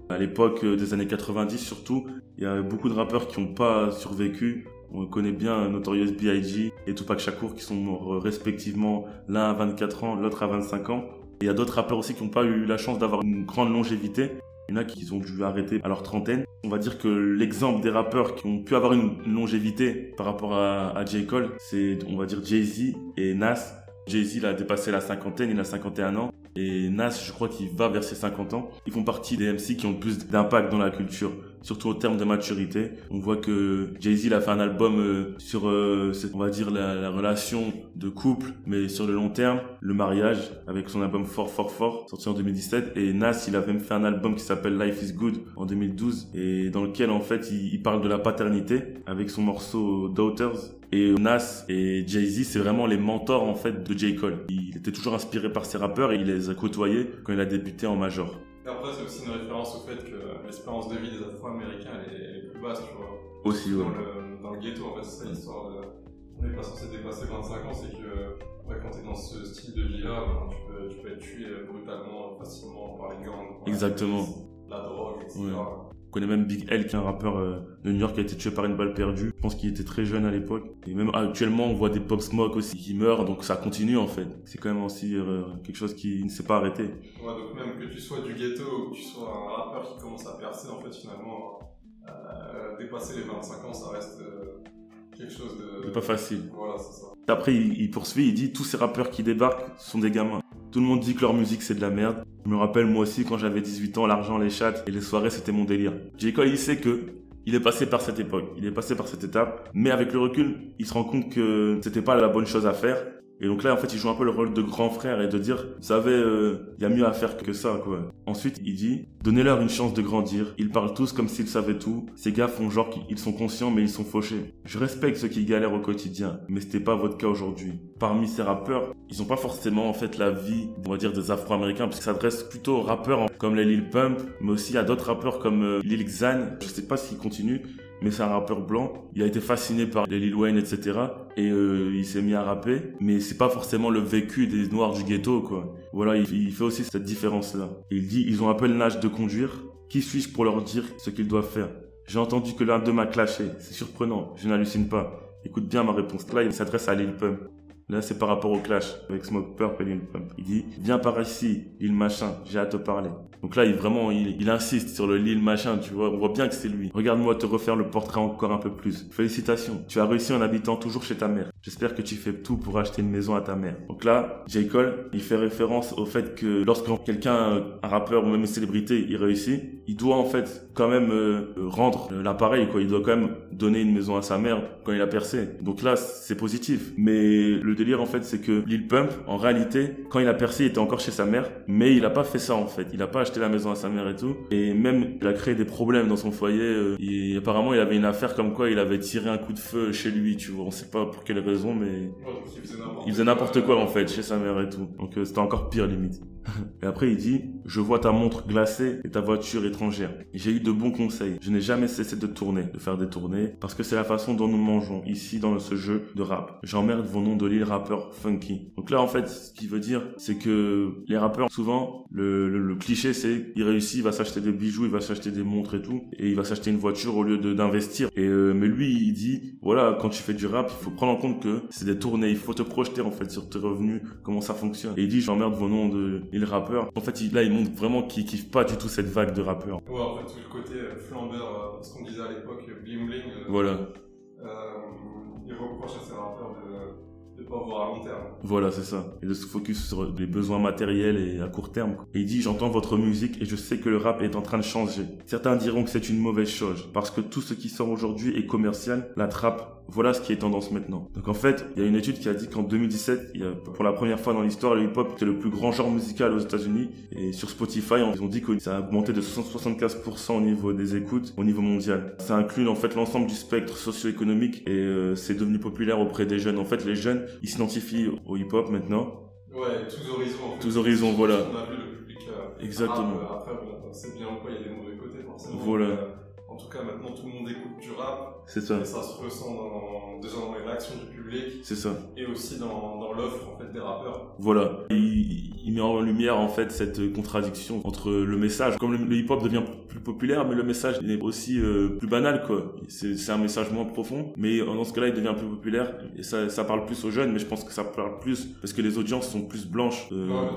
S1: À l'époque des années 90 surtout, il y a beaucoup de rappeurs qui n'ont pas survécu. On connaît bien Notorious B.I.G. et Tupac Shakur qui sont morts respectivement l'un à 24 ans, l'autre à 25 ans. Et il y a d'autres rappeurs aussi qui n'ont pas eu la chance d'avoir une grande longévité. Il y en a qui ont dû arrêter à leur trentaine. On va dire que l'exemple des rappeurs qui ont pu avoir une longévité par rapport à J. Cole, c'est, on va dire, Jay-Z et Nas. Jay-Z, il a dépassé la cinquantaine, il a 51 ans. Et Nas, je crois qu'il va vers ses 50 ans. Ils font partie des MC qui ont le plus d'impact dans la culture, surtout au terme de maturité. On voit que Jay-Z, il a fait un album sur, on va dire, la relation de couple, mais sur le long terme, le mariage, avec son album Fort, sorti en 2017. Et Nas, il a même fait un album qui s'appelle Life is Good en 2012, et dans lequel, en fait, il parle de la paternité, avec son morceau Daughters. Et Nas et Jay-Z, c'est vraiment les mentors en fait de J. Cole. Il était toujours inspiré par ces rappeurs et il les a côtoyés quand il a débuté en major.
S2: Et après, c'est aussi une référence au fait que l'espérance de vie des Afro-Américains elle est plus basse, tu vois.
S1: Aussi, ouais.
S2: Dans le ghetto, en fait, c'est ça l'histoire de... On n'est pas censé dépasser 25 ans, c'est que quand t'es dans ce style de vie-là, tu peux être tué brutalement, facilement par les gangs.
S1: Exactement.
S2: La drogue, etc.
S1: Ouais. On connaît même Big L, qui est un rappeur de New York qui a été tué par une balle perdue. Je pense qu'il était très jeune à l'époque. Et même actuellement, on voit des Pop Smoke aussi qui meurent, donc ça continue en fait. C'est quand même aussi quelque chose qui ne s'est pas arrêté.
S2: Ouais, donc même que tu sois du ghetto ou que tu sois un rappeur qui commence à percer, en fait, finalement, dépasser les 25 ans, ça reste quelque chose de...
S1: C'est pas facile.
S2: Voilà, c'est ça.
S1: Après, il poursuit, il dit « Tous ces rappeurs qui débarquent sont des gamins. Tout le monde dit que leur musique c'est de la merde. Je me rappelle moi aussi quand j'avais 18 ans, l'argent, les chattes et les soirées c'était mon délire. » J. Cole, il sait que il est passé par cette époque, il est passé par cette étape, mais avec le recul, il se rend compte que c'était pas la bonne chose à faire. Et donc là, en fait, il joue un peu le rôle de grand frère et de dire, vous savez, y a mieux à faire que ça, quoi. Ensuite, il dit, donnez-leur une chance de grandir. Ils parlent tous comme s'ils savaient tout. Ces gars font genre qu'ils sont conscients, mais ils sont fauchés. Je respecte ceux qui galèrent au quotidien, mais c'était pas votre cas aujourd'hui. Parmi ces rappeurs, ils ont pas forcément, en fait, la vie, on va dire, des Afro-Américains, parce qu'ils s'adressent plutôt aux rappeurs comme les Lil Pump, mais aussi à d'autres rappeurs comme Lil Xan. Je sais pas s'il continue, mais c'est un rappeur blanc. Il a été fasciné par les Lil Wayne, etc. Et il s'est mis à rapper. Mais c'est pas forcément le vécu des Noirs du ghetto, quoi. Voilà, il fait aussi cette différence-là. Il dit, ils ont un peu l'âge de conduire. Qui suis-je pour leur dire ce qu'ils doivent faire? J'ai entendu que l'un d'eux m'a clashé. C'est surprenant. Je n'hallucine pas. Écoute bien ma réponse. Là, il s'adresse à Lil Pump. Là, c'est par rapport au clash avec Smoke Purp et Lil Pump. Il dit, viens par ici, Lil Machin, j'ai à te parler. Donc là, il insiste sur le Lil Machin, tu vois. On voit bien que c'est lui. Regarde-moi te refaire le portrait encore un peu plus. Félicitations. Tu as réussi en habitant toujours chez ta mère. J'espère que tu fais tout pour acheter une maison à ta mère. Donc là, J. Cole, il fait référence au fait que lorsque quelqu'un, un rappeur ou même une célébrité, il réussit, il doit en fait quand même rendre l'appareil, quoi. Il doit quand même donner une maison à sa mère quand il a percé. Donc là, c'est positif. Mais le délire, en fait, c'est que Lil Pump, en réalité, quand il a percé, il était encore chez sa mère, mais il a pas fait ça, en fait. Il a pas acheté la maison à sa mère et tout. Et même, il a créé des problèmes dans son foyer. Et apparemment, il avait une affaire comme quoi il avait tiré un coup de feu chez lui, tu vois. On sait pas pour quelle raison, mais il faisait n'importe quoi, en fait, chez sa mère et tout. Donc, c'était encore pire, limite. Et après, il dit, je vois ta montre glacée et ta voiture étrangère. J'ai eu de bons conseils. Je n'ai jamais cessé de faire des tournées, parce que c'est la façon dont nous mangeons, ici, dans ce jeu de rap. J'emmerde vos noms de Lil rappeurs funky. Donc là, en fait, ce qu'il veut dire, c'est que les rappeurs, souvent, le cliché, c'est, il réussit, il va s'acheter des bijoux, il va s'acheter des montres et tout, et il va s'acheter une voiture au lieu d'investir. Et, mais lui, il dit, voilà, quand tu fais du rap, il faut prendre en compte que c'est des tournées, il faut te projeter, en fait, sur tes revenus, comment ça fonctionne. Et il dit, j'emmerde vos noms de Lil rappeurs. En fait, là, il montre vraiment qu'il kiffe pas du tout cette vague de rappeurs.
S2: Ouais, en fait, tout le côté flambeur, ce qu'on disait à l'époque, bling bling.
S1: Voilà.
S2: Il reproche à ces rappeurs de pas voir à long terme.
S1: Voilà, c'est ça. Et de se focus sur les besoins matériels et à court terme. Et il dit, j'entends votre musique et je sais que le rap est en train de changer. Certains diront que c'est une mauvaise chose, parce que tout ce qui sort aujourd'hui est commercial, la trappe. Voilà ce qui est tendance maintenant. Donc en fait, il y a une étude qui a dit qu'en 2017, pour la première fois dans l'histoire, le hip-hop était le plus grand genre musical aux États-Unis. Et sur Spotify, ils ont dit que ça a augmenté de 75% au niveau des écoutes, au niveau mondial. Ça inclut en fait l'ensemble du spectre socio-économique et c'est devenu populaire auprès des jeunes. En fait, les jeunes, ils s'identifient au hip-hop maintenant.
S2: Ouais, tous horizons. En fait.
S1: Tous horizons, voilà.
S2: On a vu le public.
S1: Exactement.
S2: Après, bon, c'est bien quoi, il y a des mauvais côtés forcément.
S1: Voilà.
S2: En tout cas, maintenant, tout le monde écoute du rap.
S1: C'est ça.
S2: Et ça se ressent déjà dans les réactions du public.
S1: C'est ça.
S2: Et aussi dans l'offre, en fait, des rappeurs.
S1: Voilà. Il met en lumière, en fait, cette contradiction entre le message. Comme le hip-hop devient plus populaire, mais le message est aussi plus banal, quoi. C'est un message moins profond, mais dans ce cas-là, il devient plus populaire. Et ça parle plus aux jeunes, mais je pense que ça parle plus parce que les audiences sont plus blanches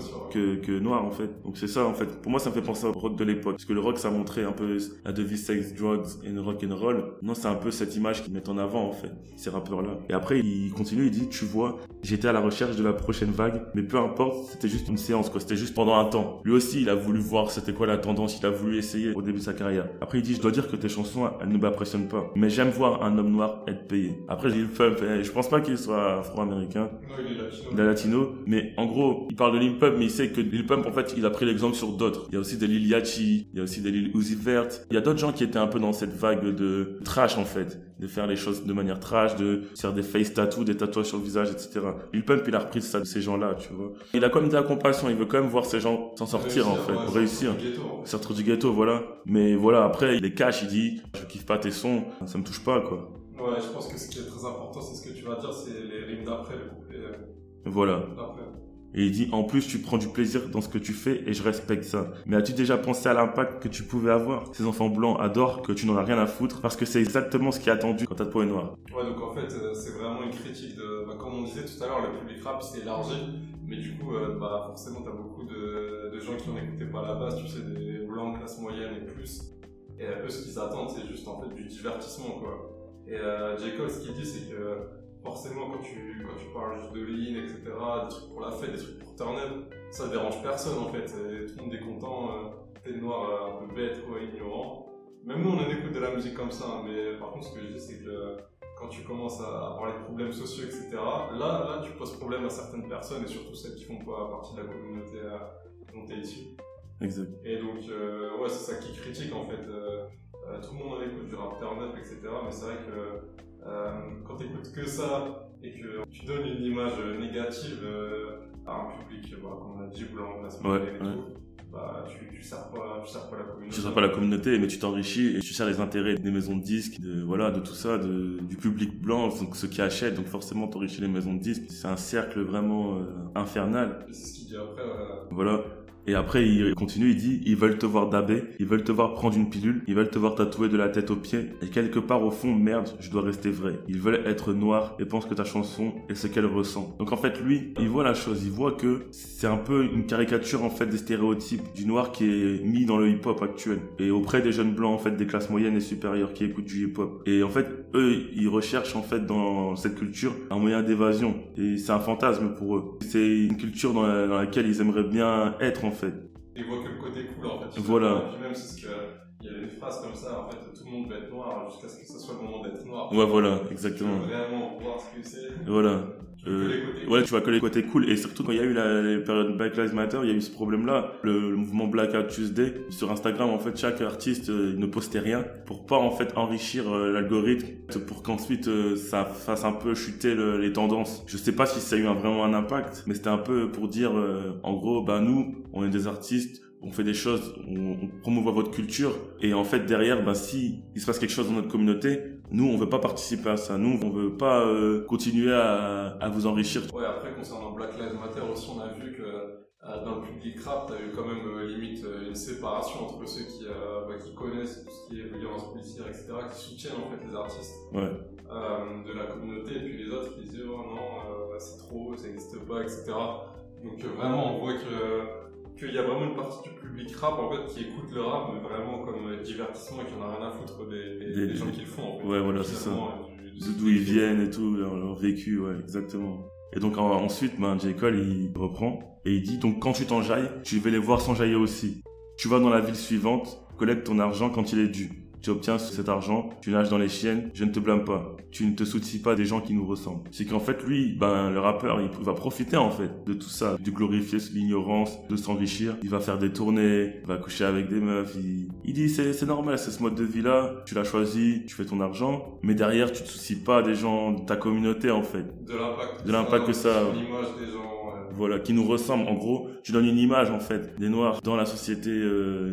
S1: que noires, en fait. Donc c'est ça, en fait. Pour moi, ça me fait penser au rock de l'époque. Parce que le rock, ça montrait un peu la devise sex, drugs and rock and roll. Non, c'est un peu cette image qu'ils mettent en avant, en fait, ces rappeurs-là. Et après, il continue, il dit, tu vois, j'étais à la recherche de la prochaine vague, mais peu importe, c'était juste une séance, quoi. C'était juste pendant un temps. Lui aussi, il a voulu voir c'était quoi la tendance, il a voulu essayer au début de sa carrière. Après, il dit, je dois dire que tes chansons, elles ne m'impressionnent pas. Mais j'aime voir un homme noir être payé. Après, Lil Pump, je pense pas qu'il soit afro-américain.
S2: Non, il est latino.
S1: Il est latino. Mais en gros, il parle de Lil Pump, mais il sait que Lil Pump, en fait, il a pris l'exemple sur d'autres. Il y a aussi des Lil Yachty, il y a aussi des Lil Uzi Vert. Il y a d'autres gens qui étaient un peu dans cette vague de trash, en fait. De faire les choses de manière trash, de faire des face tattoos, des tatouages sur le visage, etc. Lil Pump, il a repris ça de ces gens-là, tu vois. Il a quand même de la compassion, il veut quand même voir ces gens s'en sortir, en fait, réussir. Sortir du ghetto, voilà. Mais voilà, après, il est cash, il dit, je kiffe pas tes sons, ça me touche pas, quoi.
S2: Ouais, je pense que ce qui est très important, c'est ce que tu vas dire, c'est les rimes d'après, le couplet.
S1: Voilà.
S2: D'après.
S1: Et il dit, en plus, tu prends du plaisir dans ce que tu fais et je respecte ça. Mais as-tu déjà pensé à l'impact que tu pouvais avoir? Ces enfants blancs adorent que tu n'en as rien à foutre parce que c'est exactement ce qui est attendu quand ta peau est noire.
S2: Ouais, donc en fait, c'est vraiment une critique de, comme on disait tout à l'heure, le public rap s'est élargi. Mais du coup, forcément, t'as beaucoup de gens qui n'en écoutaient pas à la base, tu sais, des blancs, classe moyenne et plus. Et eux, ce qu'ils attendent, c'est juste en fait du divertissement, quoi. Et J. Cole, ce qu'il dit, c'est que forcément, quand tu parles juste de lean, etc., des trucs pour la fête, des trucs pour turn up, ça dérange personne en fait. Et tout le monde est content, t'es noir, un peu bête, ignorant. Même nous, on en écoute de la musique comme ça, hein, mais par contre, ce que je dis, c'est que quand tu commences à parler de problèmes sociaux, etc., là, tu poses problème à certaines personnes et surtout celles qui font pas partie de la communauté dont t'es issu.
S1: Exact.
S2: Et donc, ouais, c'est ça qui critique en fait. Tout le monde en écoute du rap turn up, etc., mais c'est vrai que quand tu écoutes que ça et que tu donnes une image négative à un public, comme on a dit, blanc, classe moyenne et tout, tu sers pas la communauté.
S1: Tu sers pas la communauté, mais tu t'enrichis et tu sers les intérêts des maisons de disques, de tout ça, du public blanc, donc ceux qui achètent, donc forcément t'enrichis les maisons de disques. C'est un cercle vraiment infernal.
S2: C'est ce qu'il dit après.
S1: Voilà. Et après, il continue, il dit, ils veulent te voir dabber, ils veulent te voir prendre une pilule, ils veulent te voir tatouer de la tête aux pieds, et quelque part au fond, merde, je dois rester vrai. Ils veulent être noirs et pensent que ta chanson est ce qu'elle ressent. Donc en fait, lui, il voit la chose, il voit que c'est un peu une caricature en fait des stéréotypes du noir qui est mis dans le hip-hop actuel. Et auprès des jeunes blancs en fait des classes moyennes et supérieures qui écoutent du hip-hop. Et en fait, eux, ils recherchent en fait dans cette culture un moyen d'évasion. Et c'est un fantasme pour eux. C'est une culture dans laquelle ils aimeraient bien être en fait.
S2: Ils voient que le côté cool en fait.
S1: Voilà.
S2: Et puis même, c'est ce que. Il y avait une phrase comme ça, en fait, tout le monde veut être noir jusqu'à ce que ce soit le moment d'être noir.
S1: Ouais, voilà, exactement.
S2: Tu veux vraiment voir ce que c'est.
S1: Voilà.
S2: Ouais,
S1: tu vois que les côtés cool. Et surtout, quand il y a eu les périodes Black Lives Matter, il y a eu ce problème-là. Le mouvement Blackout Tuesday. Sur Instagram, en fait, chaque artiste ne postait rien pour pas, en fait, enrichir l'algorithme, pour qu'ensuite, ça fasse un peu chuter les tendances. Je sais pas si ça a eu vraiment un impact, mais c'était un peu pour dire, en gros, nous, on est des artistes, on fait des choses, on promouvoit votre culture, et en fait derrière, si il se passe quelque chose dans notre communauté, nous on veut pas participer à ça, nous on veut pas continuer à vous enrichir.
S2: Ouais, après concernant Black Lives Matter aussi, on a vu que dans le public rap, t'as eu quand même limite une séparation entre ceux qui connaissent tout ce qui est violence policière, etc., qui soutiennent en fait les artistes de la communauté, et puis les autres qui disent oh non, c'est trop, ça n'existe pas, etc. Donc vraiment on voit qu'il y a vraiment une partie du public rap en fait qui écoute le rap mais vraiment comme divertissement et qui en a rien à foutre des gens qui le font en fait.
S1: Ouais, voilà, c'est ça. D'où ils viennent et tout, leur vécu, ouais, exactement. Et donc ensuite, J. Cole il reprend et il dit donc quand tu t'enjailles, tu vas les voir s'enjailler aussi. Tu vas dans la ville suivante, collecte ton argent quand il est dû. Tu obtiens cet argent, tu nages dans les chiennes, je ne te blâme pas. Tu ne te soucies pas des gens qui nous ressemblent. C'est qu'en fait, lui, le rappeur, il va profiter en fait de tout ça, de glorifier l'ignorance, de s'enrichir. Il va faire des tournées, il va coucher avec des meufs. Il dit c'est normal, c'est ce mode de vie-là, tu l'as choisi, tu fais ton argent, mais derrière, tu te soucies pas des gens de ta communauté en fait.
S2: De l'impact
S1: que ça.
S2: L'image des gens.
S1: Voilà, qui nous ressemblent. En gros, tu donnes une image en fait des noirs dans la société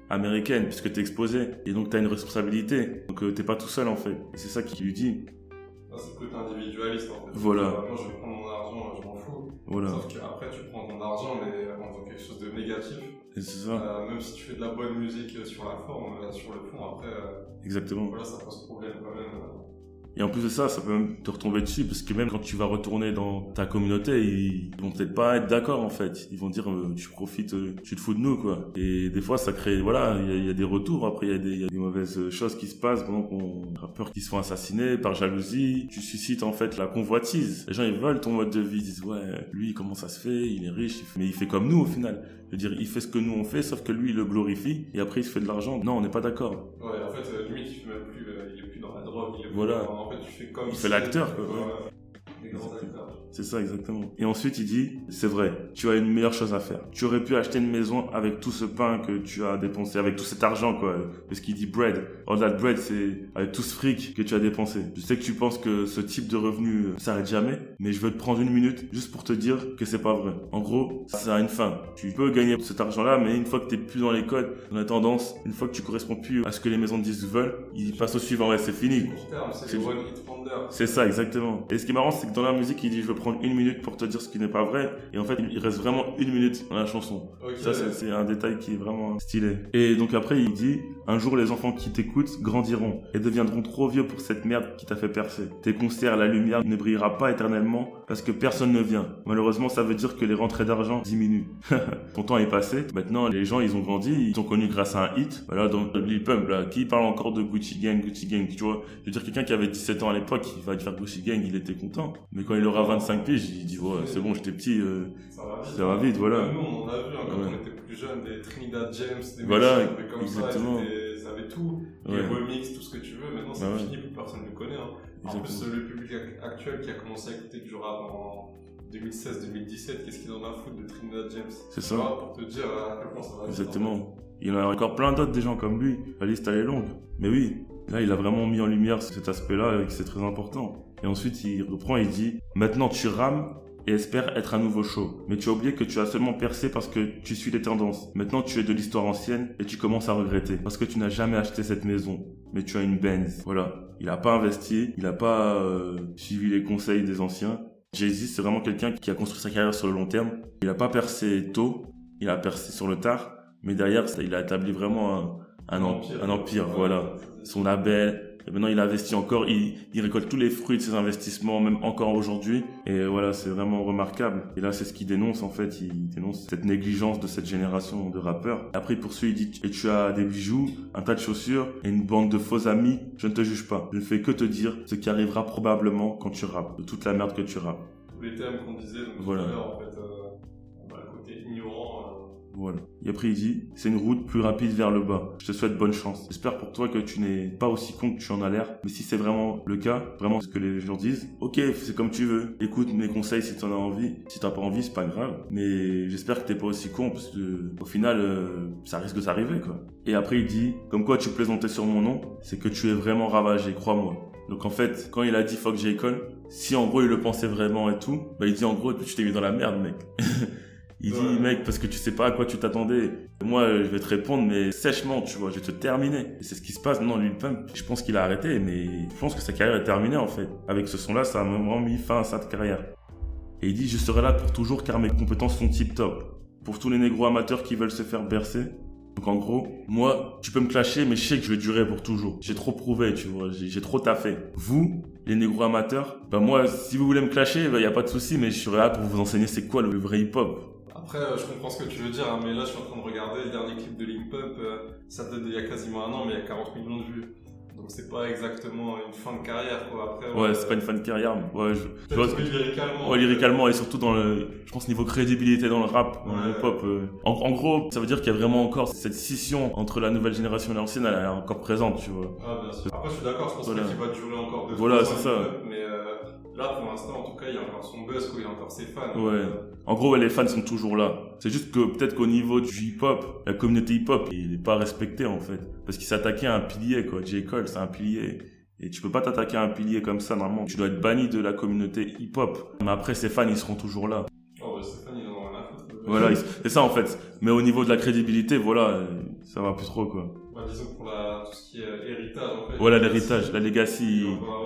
S1: américaine, puisque t'es exposé. Et donc, t'as une responsabilité. Donc, t'es pas tout seul, en fait. Et c'est ça qu'il lui dit.
S2: C'est le côté individualiste, en fait.
S1: Voilà.
S2: Moi, je vais prendre mon argent, je m'en fous.
S1: Voilà.
S2: Sauf qu'après, tu prends ton argent, mais en faisant quelque chose de négatif.
S1: Et c'est ça.
S2: Même si tu fais de la bonne musique sur la forme, sur le fond, après.
S1: Exactement.
S2: Voilà, ça pose problème quand même.
S1: Et en plus de ça, ça peut même te retomber dessus, parce que même quand tu vas retourner dans ta communauté, ils vont peut-être pas être d'accord, en fait. Ils vont dire, tu profites, tu te fous de nous, quoi. Et des fois, ça crée, voilà, il y a des retours. Après, il y a des mauvaises choses qui se passent. Pendant qu'on a peur qu'ils se font assassiner par jalousie. Tu suscites, en fait, la convoitise. Les gens, ils veulent ton mode de vie. Ils disent, ouais, lui, comment ça se fait? Il est riche, mais il fait comme nous, au final. Je veux dire, il fait ce que nous on fait, sauf que lui, il le glorifie, et après, il se fait de l'argent. Non, on n'est pas d'accord.
S2: Ouais, en fait, limite, il fait même plus, il est plus dans la drogue, il est
S1: voilà.
S2: En fait, tu fais comme
S1: il fait l'acteur, quoi.
S2: Des grands acteurs.
S1: C'est ça, exactement. Et ensuite, il dit, c'est vrai, tu as une meilleure chose à faire. Tu aurais pu acheter une maison avec tout ce pain que tu as dépensé, avec tout cet argent, quoi. Parce qu'il dit bread. All that bread, c'est avec tout ce fric que tu as dépensé. Je sais que tu penses que ce type de revenu s'arrête jamais, mais je veux te prendre une minute juste pour te dire que c'est pas vrai. En gros, ça a une fin. Tu peux gagner cet argent-là, mais une fois que t'es plus dans les codes, dans la tendance, une fois que tu corresponds plus à ce que les maisons de disques veulent, ils passent au suivant. Ouais, c'est fini.
S2: C'est le one hit wonder.
S1: C'est ça, exactement. Et ce qui est marrant, c'est que dans la musique, il dit, je veux prendre une minute pour te dire ce qui n'est pas vrai. Et en fait, il reste vraiment une minute dans la chanson.
S2: Okay.
S1: Ça, c'est un détail qui est vraiment stylé. Et donc après, il dit, un jour, les enfants qui t'écoutent grandiront et deviendront trop vieux pour cette merde qui t'a fait percer. Tes concerts, la lumière ne brillera pas éternellement parce que personne ne vient. Malheureusement, ça veut dire que les rentrées d'argent diminuent. Ton temps est passé. Maintenant, les gens, ils ont grandi, ils sont connus grâce à un hit. Voilà, donc Lil Pump, là, qui parle encore de Gucci Gang, tu vois. Je veux dire, quelqu'un qui avait 17 ans à l'époque, il va faire Gucci Gang, il était content. Mais quand il aura 25 piges, il dit, ouais, c'est bon, j'étais petit, ça va vite, voilà.
S2: Nous, on en a vu, quand on était plus jeunes, des Trinidad James, des
S1: voilà,
S2: mecs comme
S1: exactement.
S2: Ça avait tout, les remix, tout ce que tu veux. Maintenant, c'est fini, plus personne ne connaît. En plus, le public actuel qui a commencé à écouter du rap en 2016-2017, qu'est-ce qu'il en a à foutre de Trinidad James?
S1: C'est ça.
S2: Pour te dire à quel point ça va vite.
S1: Exactement. Il y en a encore plein d'autres des gens comme lui. La liste, elle est longue. Mais oui, là, il a vraiment mis en lumière cet aspect-là et que c'est très important. Et ensuite, il reprend et il dit « Maintenant, tu rames et espères être à nouveau chaud. Mais tu as oublié que tu as seulement percé parce que tu suis les tendances. Maintenant, tu es de l'histoire ancienne et tu commences à regretter. Parce que tu n'as jamais acheté cette maison. Mais tu as une Benz. » Voilà. Il n'a pas investi. Il n'a pas suivi les conseils des anciens. Jay-Z, c'est vraiment quelqu'un qui a construit sa carrière sur le long terme. Il n'a pas percé tôt. Il a percé sur le tard. Mais derrière, il a établi vraiment un empire, voilà. Son label. Et maintenant, il investit encore. Il récolte tous les fruits de ses investissements, même encore aujourd'hui. Et voilà, c'est vraiment remarquable. Et là, c'est ce qu'il dénonce, en fait. Il dénonce cette négligence de cette génération de rappeurs. Après, il poursuit, il dit, et tu as des bijoux, un tas de chaussures et une bande de faux amis. Je ne te juge pas. Je ne fais que te dire ce qui arrivera probablement quand tu rappes. De toute la merde que tu rappes.
S2: Tous les thèmes qu'on disait, donc
S1: voilà.
S2: Tout à l'heure, en fait, le côté ignorant.
S1: Voilà. Et après il dit, c'est une route plus rapide vers le bas. Je te souhaite bonne chance. J'espère pour toi que tu n'es pas aussi con que tu en as l'air. Mais si c'est vraiment le cas, vraiment ce que les gens disent, ok, c'est comme tu veux. Écoute mes conseils si tu en as envie. Si t'as pas envie, c'est pas grave. Mais j'espère que t'es pas aussi con parce que au final, ça risque de s'arriver, quoi. Et après il dit, comme quoi tu plaisantais sur mon nom, c'est que tu es vraiment ravagé, crois-moi. Donc en fait, quand il a dit fuck J. Cole, si en gros il le pensait vraiment et tout, bah il dit en gros tu t'es mis dans la merde, mec. Il dit, mec, parce que tu sais pas à quoi tu t'attendais. Moi, je vais te répondre, mais sèchement, tu vois, je vais te terminer. Et c'est ce qui se passe. Non, Lil Pump, je pense qu'il a arrêté, mais je pense que sa carrière est terminée, en fait. Avec ce son-là, ça a vraiment mis fin à sa carrière. Et il dit, je serai là pour toujours car mes compétences sont tip top. Pour tous les négros amateurs qui veulent se faire bercer. Donc en gros, moi, tu peux me clasher, mais je sais que je vais durer pour toujours. J'ai trop prouvé, tu vois, j'ai trop taffé. Vous, les négros amateurs, bah moi, si vous voulez me clasher, bah y a pas de souci, mais je serai là pour vous enseigner c'est quoi le vrai hip-hop.
S2: Après, je comprends ce que tu veux dire, mais là, je suis en train de regarder le dernier clip de Lil Pump. Ça date d'il y a quasiment un an, mais il y a 40 millions de vues. Donc, c'est pas exactement une fin de carrière, quoi. Après,
S1: ouais, c'est pas une fin de carrière, mais ouais, je vois
S2: lyricalement.
S1: Ouais, lyricalement, et surtout dans je pense, niveau crédibilité dans le rap, dans le hip-hop. En gros, ça veut dire qu'il y a vraiment encore cette scission entre la nouvelle génération et l'ancienne, elle est encore présente, tu vois.
S2: Ah, bien sûr. Après, je suis d'accord, je pense pas qu'il va durer encore 2-3 ans.
S1: Voilà, c'est ça.
S2: Mais là, pour l'instant, en tout cas, il y a encore son buzz, quoi. Il y a encore ses fans.
S1: Ouais. En gros, les fans sont toujours là. C'est juste que peut-être qu'au niveau du hip-hop, la communauté hip-hop, il est pas respecté, en fait. Parce qu'il s'attaquait à un pilier, quoi. J. Cole, c'est un pilier. Et tu peux pas t'attaquer à un pilier comme ça, normalement. Tu dois être banni de la communauté hip-hop. Mais après, ces fans, ils seront toujours là.
S2: Oh, bah, ces fans, ils en ont rien à foutre.
S1: Voilà, c'est ça en fait. Mais au niveau de la crédibilité, voilà, ça va plus trop quoi.
S2: Bah, disons pour tout ce qui est héritage en fait.
S1: Voilà, l'héritage, la legacy,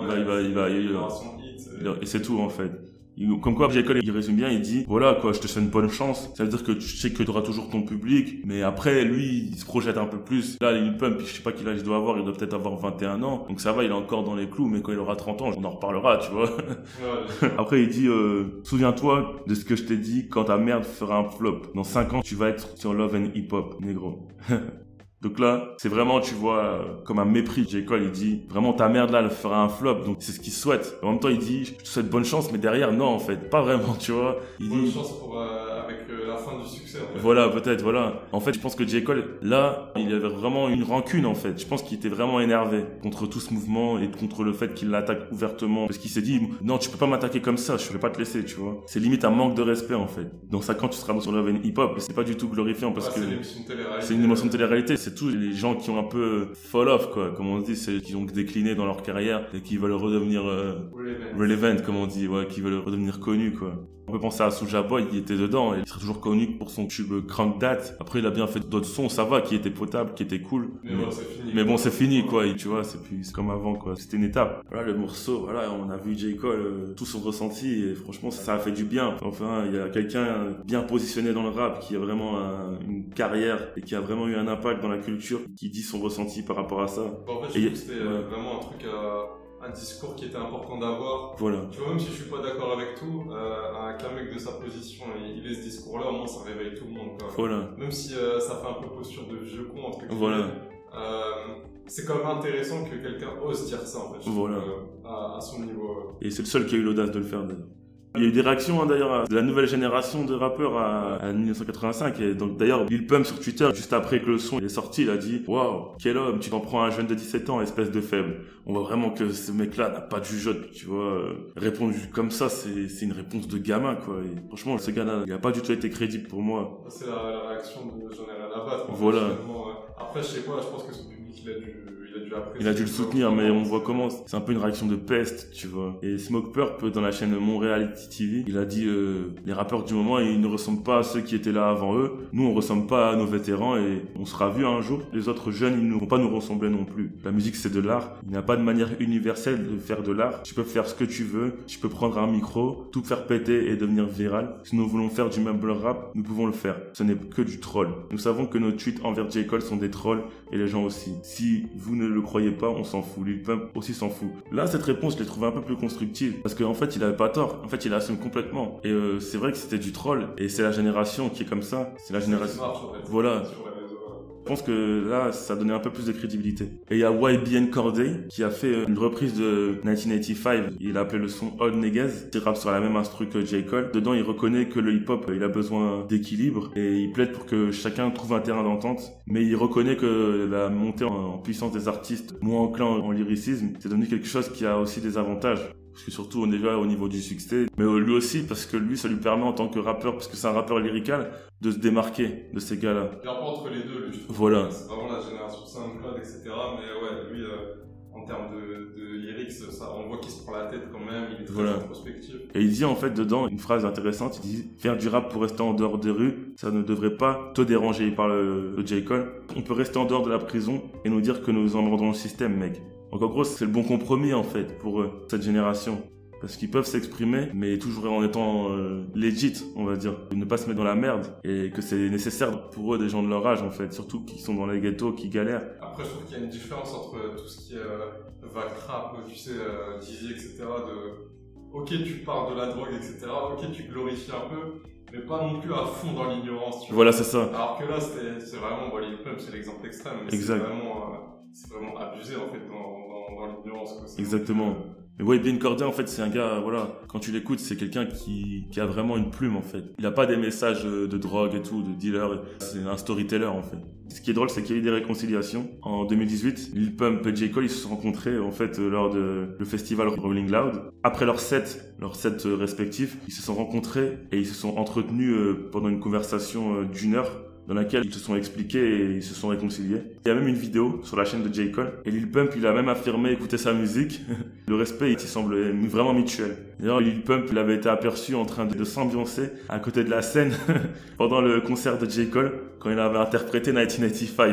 S2: il
S1: et c'est tout en fait. Comme quoi, J. Cole, il résume bien, il dit, voilà, quoi, je te souhaite une bonne chance. Ça veut dire que tu sais que tu auras toujours ton public, mais après, lui, il se projette un peu plus. Là, Lil Pump, je sais pas quel âge il doit avoir, il doit peut-être avoir 21 ans. Donc ça va, il est encore dans les clous, mais quand il aura 30 ans, on en reparlera, tu vois.
S2: Ouais,
S1: après, il dit, souviens-toi de ce que je t'ai dit quand ta merde fera un flop. Dans 5 ans, tu vas être sur Love and Hip Hop, négro. Donc là, c'est vraiment, tu vois, comme un mépris. J. Cole, il dit, vraiment, ta merde là, elle fera un flop. Donc c'est ce qu'il souhaite. En même temps, il dit, je te souhaite bonne chance, mais derrière, non, en fait, pas vraiment, tu vois. Il
S2: bonne
S1: dit,
S2: chance avec la fin du succès, en fait.
S1: Voilà, peut-être, voilà. En fait, je pense que J. Cole, là, il avait vraiment une rancune, en fait. Je pense qu'il était vraiment énervé contre tout ce mouvement et contre le fait qu'il l'attaque ouvertement. Parce qu'il s'est dit, non, tu peux pas m'attaquer comme ça, je vais pas te laisser, tu vois. C'est limite un manque de respect, en fait. Dans 5 ans, tu seras sur Love and Hip Hop. C'est pas du tout glorifiant parce que c'est une émotion de télé-réalité. C'est tous les gens qui ont un peu fall off, quoi. Comme on dit, c'est qui ont décliné dans leur carrière et qui veulent redevenir relevant, comme on dit, ouais, qui veulent redevenir connus, quoi. On peut penser à Soulja Boy, il était dedans et il serait toujours connu pour son tube Crank That. Après, il a bien fait d'autres sons, ça va, qui étaient potables, qui étaient cool. Mais bon, c'est fini, quoi. Et tu vois, c'est comme avant, quoi. C'était une étape. Voilà, le morceau, voilà, on a vu J. Cole, tout son ressenti et franchement, ça a fait du bien. Enfin, il y a quelqu'un bien positionné dans le rap qui a vraiment une carrière et qui a vraiment eu un impact dans la culture, qui dit son ressenti par rapport à ça.
S2: En fait, je trouve que c'était vraiment un truc un discours qui était important d'avoir.
S1: Voilà.
S2: Tu vois, même si je suis pas d'accord avec tout, qu'un mec de sa position, il ait ce discours-là, au moins ça réveille tout le monde, quoi.
S1: Voilà.
S2: Même si ça fait un peu posture de vieux con, entre guillemets.
S1: Voilà.
S2: C'est quand même intéressant que quelqu'un ose dire ça, en fait.
S1: Voilà.
S2: À son niveau.
S1: Et c'est le seul qui a eu l'audace de le faire, d'ailleurs. Il y a eu des réactions d'ailleurs de la nouvelle génération de rappeurs à 1985 et donc d'ailleurs Lil Pump sur Twitter juste après que le son est sorti il a dit waouh quel homme tu t'en prends à un jeune de 17 ans espèce de faible. On voit vraiment que ce mec là n'a pas de jugeote, tu vois, répondre comme ça c'est une réponse de gamin quoi et franchement ce gars là il a pas du tout été crédible pour moi.
S2: C'est la réaction de j'en ai rien à battre.
S1: Voilà.
S2: Après je sais pas, je pense que son public
S1: il a dû le soutenir, mais on voit comment c'est un peu une réaction de peste, tu vois. Et Smoke Purp, dans la chaîne Montreality TV, il a dit les rappeurs du moment, ils ne ressemblent pas à ceux qui étaient là avant eux. Nous, on ressemble pas à nos vétérans et on sera vu un jour. Les autres jeunes, ils ne vont pas nous ressembler non plus. La musique, c'est de l'art. Il n'y a pas de manière universelle de faire de l'art. Tu peux faire ce que tu veux. Tu peux prendre un micro, tout faire péter et devenir viral. Si nous voulons faire du mumble rap, nous pouvons le faire. Ce n'est que du troll. Nous savons que nos tweets envers J. Cole sont des trolls et les gens aussi. Si vous ne le croyez pas, on s'en fout. Lil Pump aussi s'en fout. Là, cette réponse, je l'ai trouvée un peu plus constructive parce qu'en fait, il avait pas tort. En fait, il assume complètement. Et c'est vrai que c'était du troll. Et c'est la génération qui est comme ça. C'est la génération. Voilà. Je pense que là, ça donnait un peu plus de crédibilité. Et il y a YBN Corday qui a fait une reprise de 1985. Il a appelé le son Old Niggas. Il rappe sur la même instru que J. Cole. Dedans, il reconnaît que le hip-hop, il a besoin d'équilibre et il plaide pour que chacun trouve un terrain d'entente. Mais il reconnaît que la montée en puissance des artistes moins enclins en lyricisme, c'est devenu quelque chose qui a aussi des avantages. Parce que surtout, on est déjà au niveau du succès. Mais lui aussi, parce que lui, ça lui permet en tant que rappeur, parce que c'est un rappeur lyrical, de se démarquer de ces gars-là.
S2: Il est un peu entre les deux, lui, je trouve.
S1: Voilà.
S2: C'est vraiment la génération SoundCloud, etc. Mais ouais, lui, en termes de lyrics, ça, on voit qu'il se prend la tête quand même, il est très introspectif.
S1: Et il dit en fait dedans une phrase intéressante, il dit « Faire du rap pour rester en dehors des rues, ça ne devrait pas te déranger », il parle de J. Cole. On peut rester en dehors de la prison et nous dire que nous emmerdons le système, mec. Donc en gros, c'est le bon compromis en fait pour eux, cette génération. Parce qu'ils peuvent s'exprimer, mais toujours en étant legit, on va dire. Ne pas se mettre dans la merde. Et que c'est nécessaire pour eux, des gens de leur âge, en fait. Surtout qui sont dans les ghettos, qui galèrent.
S2: Après, je trouve qu'il y a une différence entre tout ce qui est vague rap, tu sais, Dizzy, etc. Ok, tu parles de la drogue, etc. Ok, tu glorifies un peu, mais pas non plus à fond dans l'ignorance.
S1: Voilà, c'est ça.
S2: Alors que là, c'est vraiment, bon, Lil Pump, c'est l'exemple extrême. Mais
S1: exact.
S2: C'est vraiment abusé, en fait, dans l'ignorance. Quoi.
S1: Exactement. Mais YBN Corday, en fait, c'est un gars, voilà, quand tu l'écoutes, c'est quelqu'un qui a vraiment une plume, en fait. Il a pas des messages de drogue et tout, de dealer. C'est un storyteller, en fait. Ce qui est drôle, c'est qu'il y a eu des réconciliations. En 2018, Lil Pump et J. Cole, ils se sont rencontrés, en fait, lors de le festival Rolling Loud. Après leurs sets respectifs, ils se sont rencontrés et ils se sont entretenus pendant une conversation d'1 heure. dans laquelle ils se sont expliqués et ils se sont réconciliés. Il y a même une vidéo sur la chaîne de J. Cole et Lil Pump il a même affirmé écouter sa musique. Le respect il semble vraiment mutuel. D'ailleurs Lil Pump il avait été aperçu en train de s'ambiancer à côté de la scène pendant le concert de J. Cole quand il avait interprété 1985.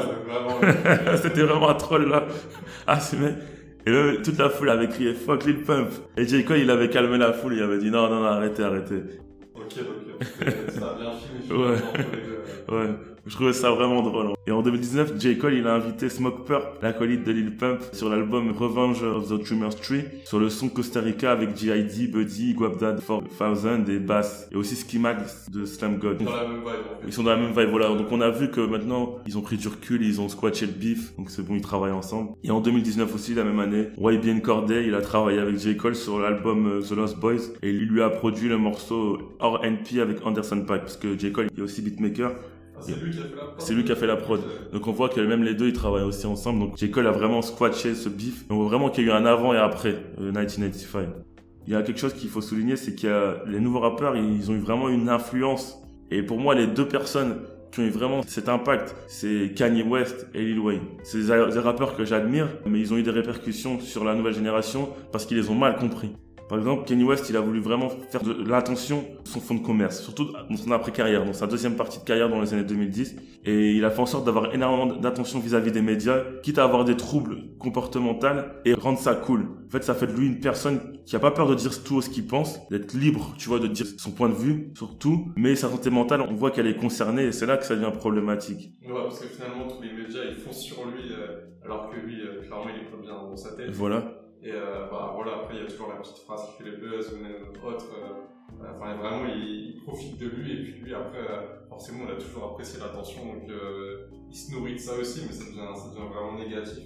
S2: Ouais,
S1: C'était vraiment un troll là. Ah c'est mec. Et même toute la foule avait crié fuck Lil Pump. Et J. Cole il avait calmé la foule, il avait dit non arrêtez.
S2: Ok, ça a bien fini.
S1: Ouais. Ouais. Je trouvais ça vraiment drôle. Et en 2019, J. Cole, il a invité Smoke Purp, l'acolyte de Lil Pump, sur l'album Revenge of the Dreamers Tree, sur le son Costa Rica avec G.I.D., Buddy, Guapdad, 4000 et Bass. Et aussi Ski Max de Slam God.
S2: Dans la même vibe, en fait.
S1: Ils sont dans la même vibe, voilà. Donc on a vu que maintenant, ils ont pris du recul, ils ont squatché le beef. Donc c'est bon, ils travaillent ensemble. Et en 2019 aussi, la même année, YBN Cordae, il a travaillé avec J. Cole sur l'album The Lost Boys. Et il lui a produit le morceau R&P avec Anderson .Paak. Parce que J. Cole, il est aussi beatmaker.
S2: C'est lui qui a fait la prod.
S1: C'est lui qui a fait la prod. Donc on voit que même les deux ils travaillent aussi ensemble. Donc J. Cole a vraiment squatché ce beef. On voit vraiment qu'il y a eu un avant et après 1985. Il y a quelque chose qu'il faut souligner, c'est qu'il y a les nouveaux rappeurs, ils ont eu vraiment une influence. Et pour moi, les deux personnes qui ont eu vraiment cet impact, c'est Kanye West et Lil Wayne. C'est des rappeurs que j'admire, mais ils ont eu des répercussions sur la nouvelle génération parce qu'ils les ont mal compris. Par exemple, Kanye West, il a voulu vraiment faire de l'attention son fonds de commerce, surtout dans son après-carrière, dans sa deuxième partie de carrière dans les années 2010. Et il a fait en sorte d'avoir énormément d'attention vis-à-vis des médias, quitte à avoir des troubles comportementaux et rendre ça cool. En fait, ça fait de lui une personne qui a pas peur de dire tout ce qu'il pense, d'être libre, tu vois, de dire son point de vue sur tout. Mais sa santé mentale, on voit qu'elle est concernée et c'est là que ça devient problématique.
S2: Ouais, parce que finalement, tous les médias, ils foncent sur lui, alors que lui, clairement, il est pas bien dans sa tête.
S1: Voilà.
S2: Et voilà, après il y a toujours la petite phrase qui fait les buzz ou même autre. Enfin vraiment il profite de lui et puis lui après forcément il a toujours apprécié l'attention donc il se nourrit de ça aussi mais ça devient vraiment négatif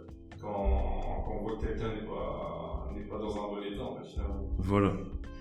S2: quand on voit que quelqu'un n'est pas dans un bon état en fait finalement.
S1: Voilà.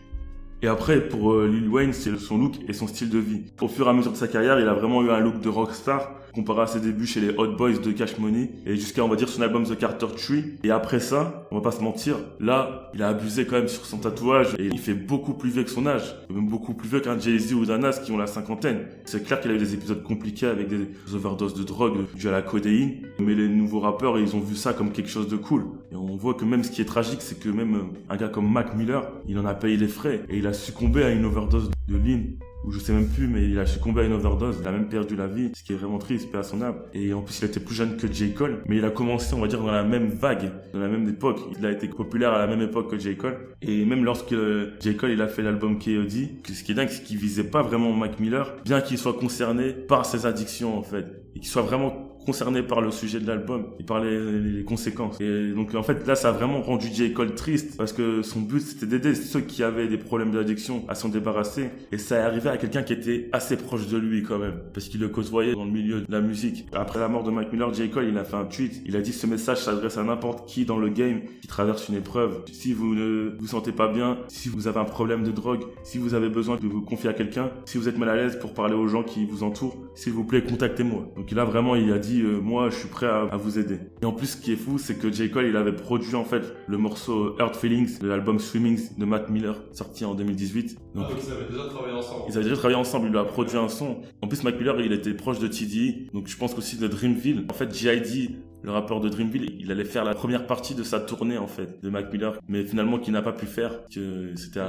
S1: Et après, pour Lil Wayne, c'est son look et son style de vie. Au fur et à mesure de sa carrière, il a vraiment eu un look de rockstar, comparé à ses débuts chez les Hot Boys de Cash Money, et jusqu'à, on va dire, son album The Carter Tree. Et après ça, on va pas se mentir, là, il a abusé quand même sur son tatouage, et il fait beaucoup plus vieux que son âge. Même beaucoup plus vieux qu'un Jay-Z ou d'un Nas qui ont la cinquantaine. C'est clair qu'il a eu des épisodes compliqués avec des overdoses de drogue dues à la codéine, mais les nouveaux rappeurs, ils ont vu ça comme quelque chose de cool. Et on voit que même ce qui est tragique, c'est que même un gars comme Mac Miller, il en a payé les frais, et il a succombé à une overdose de lean, ou je sais même plus, mais il a succombé à une overdose, il a même perdu la vie, ce qui est vraiment triste, paix à son âme. Et en plus, il était plus jeune que J. Cole, mais il a commencé, on va dire, dans la même vague, dans la même époque. Il a été populaire à la même époque que J. Cole. Et même lorsque J. Cole, il a fait l'album K.O.D., ce qui est dingue, c'est qu'il visait pas vraiment Mac Miller, bien qu'il soit concerné par ses addictions, en fait. Et qu'il soit vraiment concerné par le sujet de l'album et par les conséquences. Et donc en fait là ça a vraiment rendu J. Cole triste parce que son but c'était d'aider ceux qui avaient des problèmes d'addiction à s'en débarrasser et ça est arrivé à quelqu'un qui était assez proche de lui quand même parce qu'il le côtoyait dans le milieu de la musique. Après la mort de Mac Miller, J. Cole il a fait un tweet, il a dit ce message s'adresse à n'importe qui dans le game qui traverse une épreuve. Si vous ne vous sentez pas bien, si vous avez un problème de drogue, si vous avez besoin de vous confier à quelqu'un, si vous êtes mal à l'aise pour parler aux gens qui vous entourent, s'il vous plaît contactez-moi. Donc là vraiment il a dit moi je suis prêt à vous aider. Et en plus ce qui est fou c'est que J. Cole il avait produit en fait le morceau Hurt Feelings de l'album Swimmings de Mac Miller sorti en 2018.
S2: Donc ils avaient déjà travaillé ensemble.
S1: Ils avaient déjà travaillé ensemble, il lui a produit un son. En plus Mac Miller il était proche de T.D.I. donc je pense qu'aussi de Dreamville. En fait G.I.D. le rappeur de Dreamville, il allait faire la première partie de sa tournée en fait de Mac Miller, mais finalement qu'il n'a pas pu faire, que c'était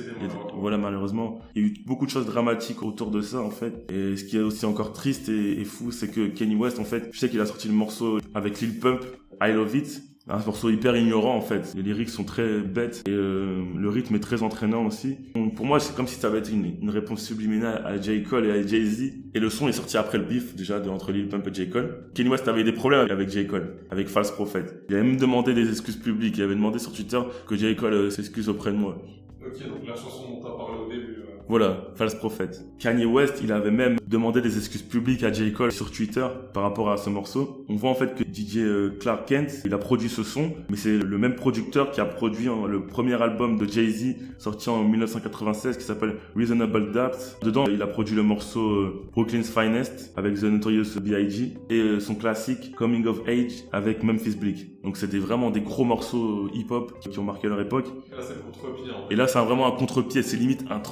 S1: voilà malheureusement. Il y a eu beaucoup de choses dramatiques autour de ça en fait. Et ce qui est aussi encore triste et fou, c'est que Kanye West en fait, je sais qu'il a sorti le morceau avec Lil Pump, I Love It. Un morceau hyper ignorant en fait. Les lyrics sont très bêtes et le rythme est très entraînant aussi. Donc, pour moi, c'est comme si ça avait été une réponse subliminale à J. Cole et à Jay-Z. Et le son est sorti après le beef déjà entre Lil Pump et J. Cole. Kanye West avait des problèmes avec J. Cole, avec False Prophet. Il avait même demandé des excuses publiques. Il avait demandé sur Twitter que J. Cole s'excuse auprès de moi.
S2: Ok, donc la chanson dont t'as parlé au début.
S1: Voilà, False Prophet. Kanye West, il avait même demandé des excuses publiques à J. Cole sur Twitter par rapport à ce morceau. On voit en fait que DJ Clark Kent, il a produit ce son, mais c'est le même producteur qui a produit le premier album de Jay-Z sorti en 1996 qui s'appelle Reasonable Doubt. Dedans, il a produit le morceau Brooklyn's Finest avec The Notorious B.I.G. et son classique Coming of Age avec Memphis Bleek. Donc c'était vraiment des gros morceaux hip-hop qui ont marqué leur époque.
S2: Et là c'est le contre-pied.
S1: Et là c'est vraiment un contre-pied, c'est limite un troll.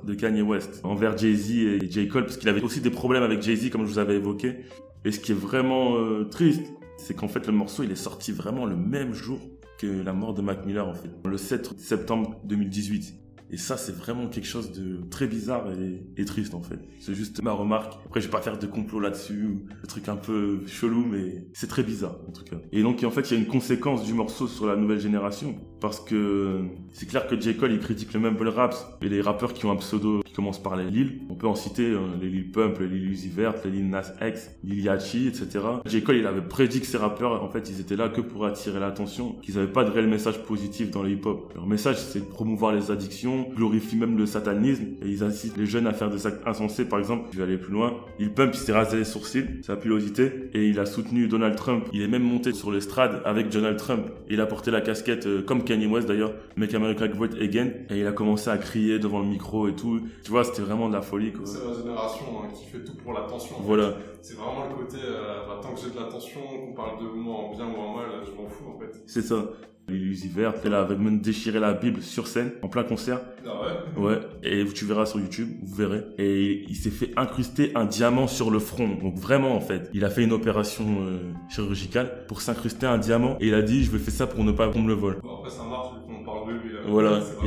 S1: de Kanye West envers Jay-Z et J. Cole, parce qu'il avait aussi des problèmes avec Jay-Z, comme je vous avais évoqué. Et ce qui est vraiment triste, c'est qu'en fait, le morceau, il est sorti vraiment le même jour que la mort de Mac Miller, en fait, le 7 septembre 2018. Et ça, c'est vraiment quelque chose de très bizarre et triste, en fait. C'est juste ma remarque. Après, je vais pas faire de complot là-dessus, des trucs un peu chelous, mais c'est très bizarre, en tout cas. Et donc, en fait, il y a une conséquence du morceau sur la nouvelle génération. Parce que c'est clair que J. Cole, il critique le mumble rap et les rappeurs qui ont un pseudo qui commence par les Lil. On peut en citer les Lil Pump, les Lil Uzi Vert, les Lil Nas X, Lil Yachty, etc. J. Cole, il avait prédit que ces rappeurs, en fait, ils étaient là que pour attirer l'attention, qu'ils avaient pas de réel message positif dans le hip-hop. Leur message, c'est de promouvoir les addictions, glorifie même le satanisme, et ils incitent les jeunes à faire des actes insensés. Par exemple, je vais aller plus loin, Lil Pump, il s'est rasé les sourcils, sa pilosité, et il a soutenu Donald Trump. Il est même monté sur l'estrade avec Donald Trump. Il a porté la casquette, comme Kanye West d'ailleurs, Make America Great Again, et il a commencé à crier devant le micro et tout. Tu vois, c'était vraiment de la folie, quoi.
S2: C'est la génération qui fait tout pour l'attention.
S1: Voilà.
S2: C'est vraiment le côté, tant que j'ai de l'attention, qu'on parle de moi en bien ou en mal, je m'en fous, en fait.
S1: C'est ça. Lil Vert, elle avait même déchiré la Bible sur scène, en plein concert.
S2: Ah ouais?
S1: Ouais, et tu verras sur YouTube, vous verrez. Et il s'est fait incruster un diamant sur le front. Donc vraiment, en fait, il a fait une opération chirurgicale pour s'incruster un diamant. Et il a dit, je vais faire ça pour ne pas qu'on me le vole.
S2: Bon, après, ça marche, on parle de lui.
S1: Voilà, il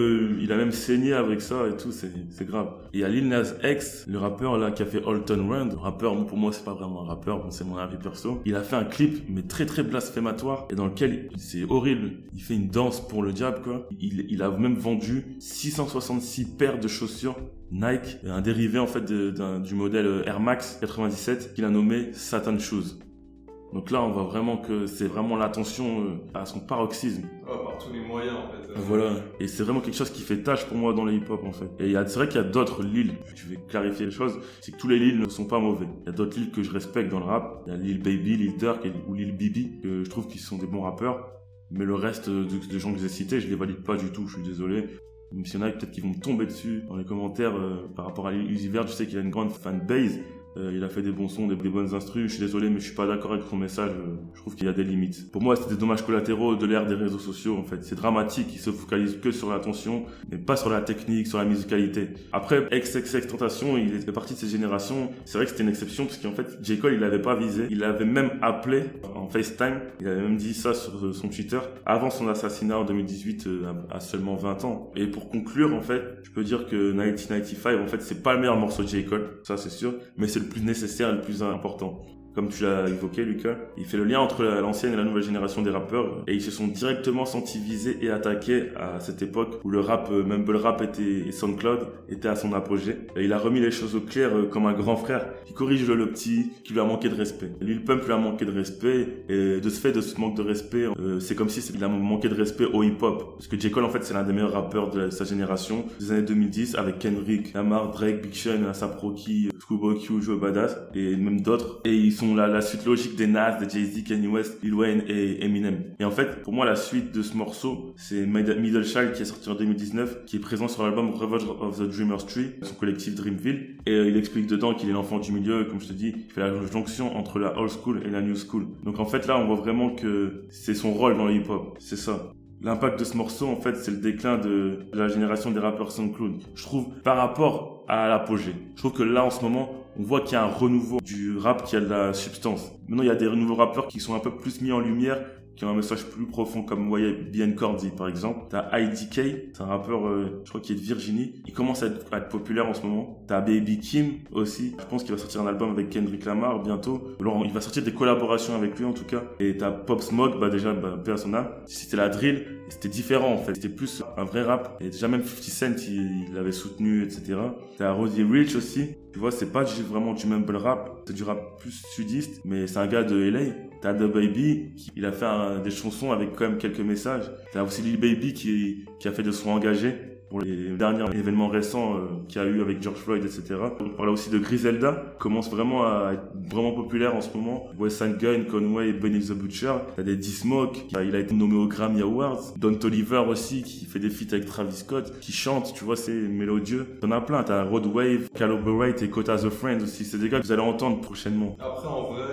S1: a même saigné avec ça et tout, c'est grave. Et il y a Lil Nas X, le rappeur là qui a fait Alton Run. Le rappeur, pour moi, c'est pas vraiment un rappeur, bon, c'est mon avis perso. Il a fait un clip, mais très très blasphématoire, et dans lequel c'est horrible. Il fait une danse pour le diable, quoi. Il a même vendu 666 paires de chaussures Nike, un dérivé en fait du modèle Air Max 97 qu'il a nommé Satan Shoes. Donc là, on voit vraiment que c'est vraiment l'attention à son paroxysme.
S2: Ouais, par tous les moyens, en fait.
S1: Voilà. Et c'est vraiment quelque chose qui fait tâche pour moi dans le hip-hop, en fait. Et c'est vrai qu'il y a d'autres Lil. Je vais clarifier les choses. C'est que tous les Lil ne sont pas mauvais. Il y a d'autres Lil que je respecte dans le rap. Il y a Lil Baby, Lil Durk ou Lil Bibi, que je trouve qu'ils sont des bons rappeurs. Mais le reste des gens que j'ai cités, je les valide pas du tout, je suis désolé. Même s'il y en a peut-être qui vont me tomber dessus dans les commentaires par rapport à Uzi Vert, je sais qu'il a une grande fanbase. Il a fait des bons sons, des bonnes instrus. Je suis désolé, mais je suis pas d'accord avec son message. Je trouve qu'il y a des limites. Pour moi, c'est des dommages collatéraux de l'ère des réseaux sociaux, en fait. C'est dramatique. Ils se focalisent que sur l'attention, mais pas sur la technique, sur la musicalité. Après, XXXTentacion, il fait partie de ces générations. C'est vrai que c'était une exception, parce qu'en fait, J. Cole, il l'avait pas visé. Il l'avait même appelé en FaceTime. Il avait même dit ça sur son Twitter, avant son assassinat en 2018, à seulement 20 ans. Et pour conclure, en fait, je peux dire que 1995, en fait, c'est pas le meilleur morceau de J. Cole. Ça, c'est sûr. Mais c'est le plus nécessaire et le plus important. Comme tu l'as évoqué, Lucas, il fait le lien entre l'ancienne et la nouvelle génération des rappeurs, et ils se sont directement sentis visés et attaqués à cette époque où le rap, mumble rap et SoundCloud étaient à son apogée. Et il a remis les choses au clair comme un grand frère qui corrige le petit qui lui a manqué de respect. Lil Pump lui a manqué de respect, et de ce fait, de ce manque de respect, c'est comme si il a manqué de respect au hip-hop. Parce que J. Cole, en fait, c'est l'un des meilleurs rappeurs de sa génération des années 2010, avec Kendrick Lamar, Drake, Big Sean, A$AP Rocky, Schoolboy Q, Joe Badass, et même d'autres. Et ils sont la suite logique des Nas, de Jay-Z, Kanye West, Lil Wayne et Eminem. Et en fait, pour moi, la suite de ce morceau, c'est Middle Child qui est sorti en 2019, qui est présent sur l'album Revenge of the Dreamer's Tree, son collectif Dreamville. Et il explique dedans qu'il est l'enfant du milieu, comme je te dis, il fait la jonction entre la old school et la new school. Donc en fait, là, on voit vraiment que c'est son rôle dans le hip-hop. C'est ça. L'impact de ce morceau, en fait, c'est le déclin de la génération des rappeurs SoundCloud. Je trouve, par rapport à l'apogée, je trouve que là, en ce moment, on voit qu'il y a un renouveau du rap qui a de la substance. Maintenant, il y a des nouveaux rappeurs qui sont un peu plus mis en lumière, qui ont un message plus profond, comme YBN Cordy, par exemple. T'as IDK, c'est un rappeur, je crois, qui est de Virginie. Il commence à être populaire en ce moment. T'as Baby Kim aussi. Je pense qu'il va sortir un album avec Kendrick Lamar bientôt. Alors, il va sortir des collaborations avec lui, en tout cas. Et t'as Pop Smoke, déjà, paix à son âme. C'était la drill. C'était différent, en fait. C'était plus un vrai rap. Et déjà, même 50 Cent, il l'avait soutenu, etc. T'as Roddy Ricch aussi. Tu vois, c'est pas vraiment du mumble rap. C'est du rap plus sudiste. Mais c'est un gars de LA. T'as DaBaby, il a fait des chansons avec quand même quelques messages. T'as aussi Lil Baby qui a fait des sons engagés pour les derniers événements récents qu'il y a eu avec George Floyd, etc. On parle aussi de Griselda, qui commence vraiment à être vraiment populaire en ce moment. West Side Gun, Conway, Benny the Butcher. T'as des D-Smoke, il a été nommé aux Grammy Awards. Don Toliver aussi, qui fait des feats avec Travis Scott, qui chante, tu vois, c'est mélodieux. T'en as plein, t'as Road Wave, Calibre et Kota the Friend aussi. C'est des gars que vous allez entendre prochainement.
S2: Après, en vrai,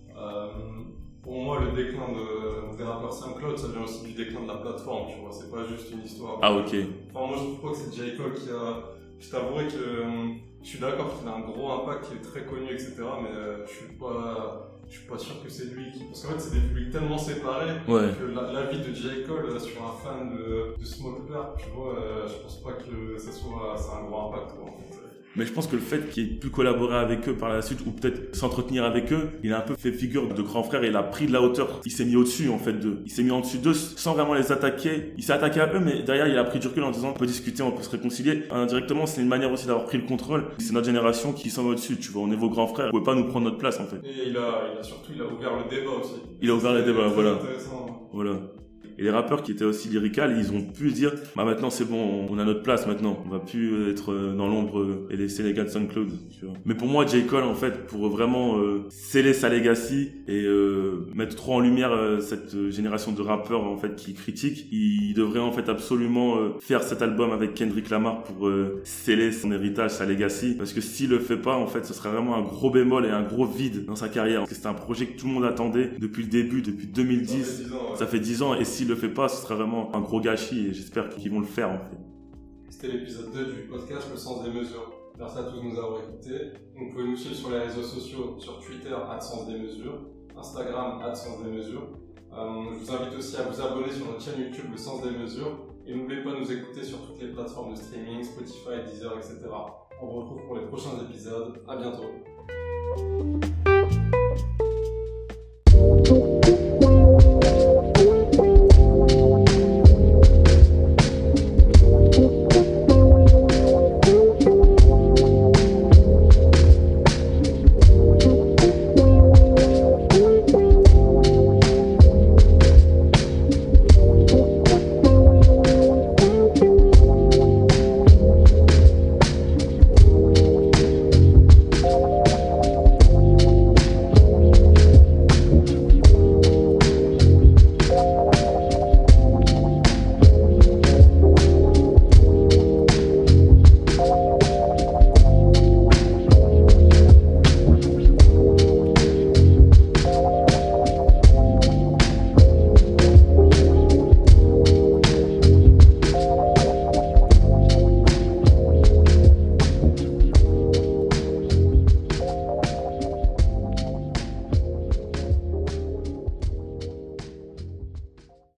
S2: pour moi, le déclin des rappeurs SoundCloud, ça vient aussi du déclin de la plateforme, tu vois. C'est pas juste une histoire.
S1: Ah, ok.
S2: Enfin, moi, je trouve pas que c'est J. Cole Je t'avouerai que je suis d'accord qu'il a un gros impact, qu'il est très connu, etc. Mais je suis pas sûr que c'est lui qui... Parce qu'en fait, c'est des publics tellement séparés que l'avis de J. Cole sur un fan de Small Purp, tu vois, je pense pas que ça a un gros impact, en fait.
S1: Mais je pense que le fait qu'il ait pu collaborer avec eux par la suite, ou peut-être s'entretenir avec eux, il a un peu fait figure de grand frère et il a pris de la hauteur. Il s'est mis au-dessus, en fait, d'eux. Il s'est mis en dessus d'eux sans vraiment les attaquer. Il s'est attaqué à eux, mais derrière, il a pris du recul en disant, on peut discuter, on peut se réconcilier. Indirectement, c'est une manière aussi d'avoir pris le contrôle. C'est notre génération qui s'en va au-dessus, tu vois. On est vos grands frères. Vous pouvez pas nous prendre notre place, en fait.
S2: Et il a ouvert le débat aussi.
S1: Il a ouvert le débat, voilà.
S2: Intéressant.
S1: Voilà. Et les rappeurs qui étaient aussi lyrical, ils ont pu se dire, bah maintenant c'est bon, on a notre place maintenant. On va plus être dans l'ombre et laisser les gars de SoundCloud, tu vois. Mais pour moi, J. Cole, en fait, pour vraiment sceller sa legacy et mettre trop en lumière cette génération de rappeurs, en fait, qui critiquent, il devrait, en fait, absolument faire cet album avec Kendrick Lamar pour sceller son héritage, sa legacy. Parce que s'il le fait pas, en fait, ce serait vraiment un gros bémol et un gros vide dans sa carrière. Parce que c'était un projet que tout le monde attendait depuis le début, depuis 2010. Ça fait 10 ans, et s'il le fait pas, ce sera vraiment un gros gâchis et j'espère qu'ils vont le faire, en fait.
S2: C'était l'épisode 2 du podcast Le Sens des Mesures. Merci à tous de nous avoir écoutés. Vous pouvez nous suivre sur les réseaux sociaux, sur Twitter @sensdesmesures, Instagram @sensdesmesures. Je vous invite aussi à vous abonner sur notre chaîne YouTube Le Sens des Mesures et n'oubliez pas de nous écouter sur toutes les plateformes de streaming, Spotify, Deezer, etc. On vous retrouve pour les prochains épisodes. À bientôt.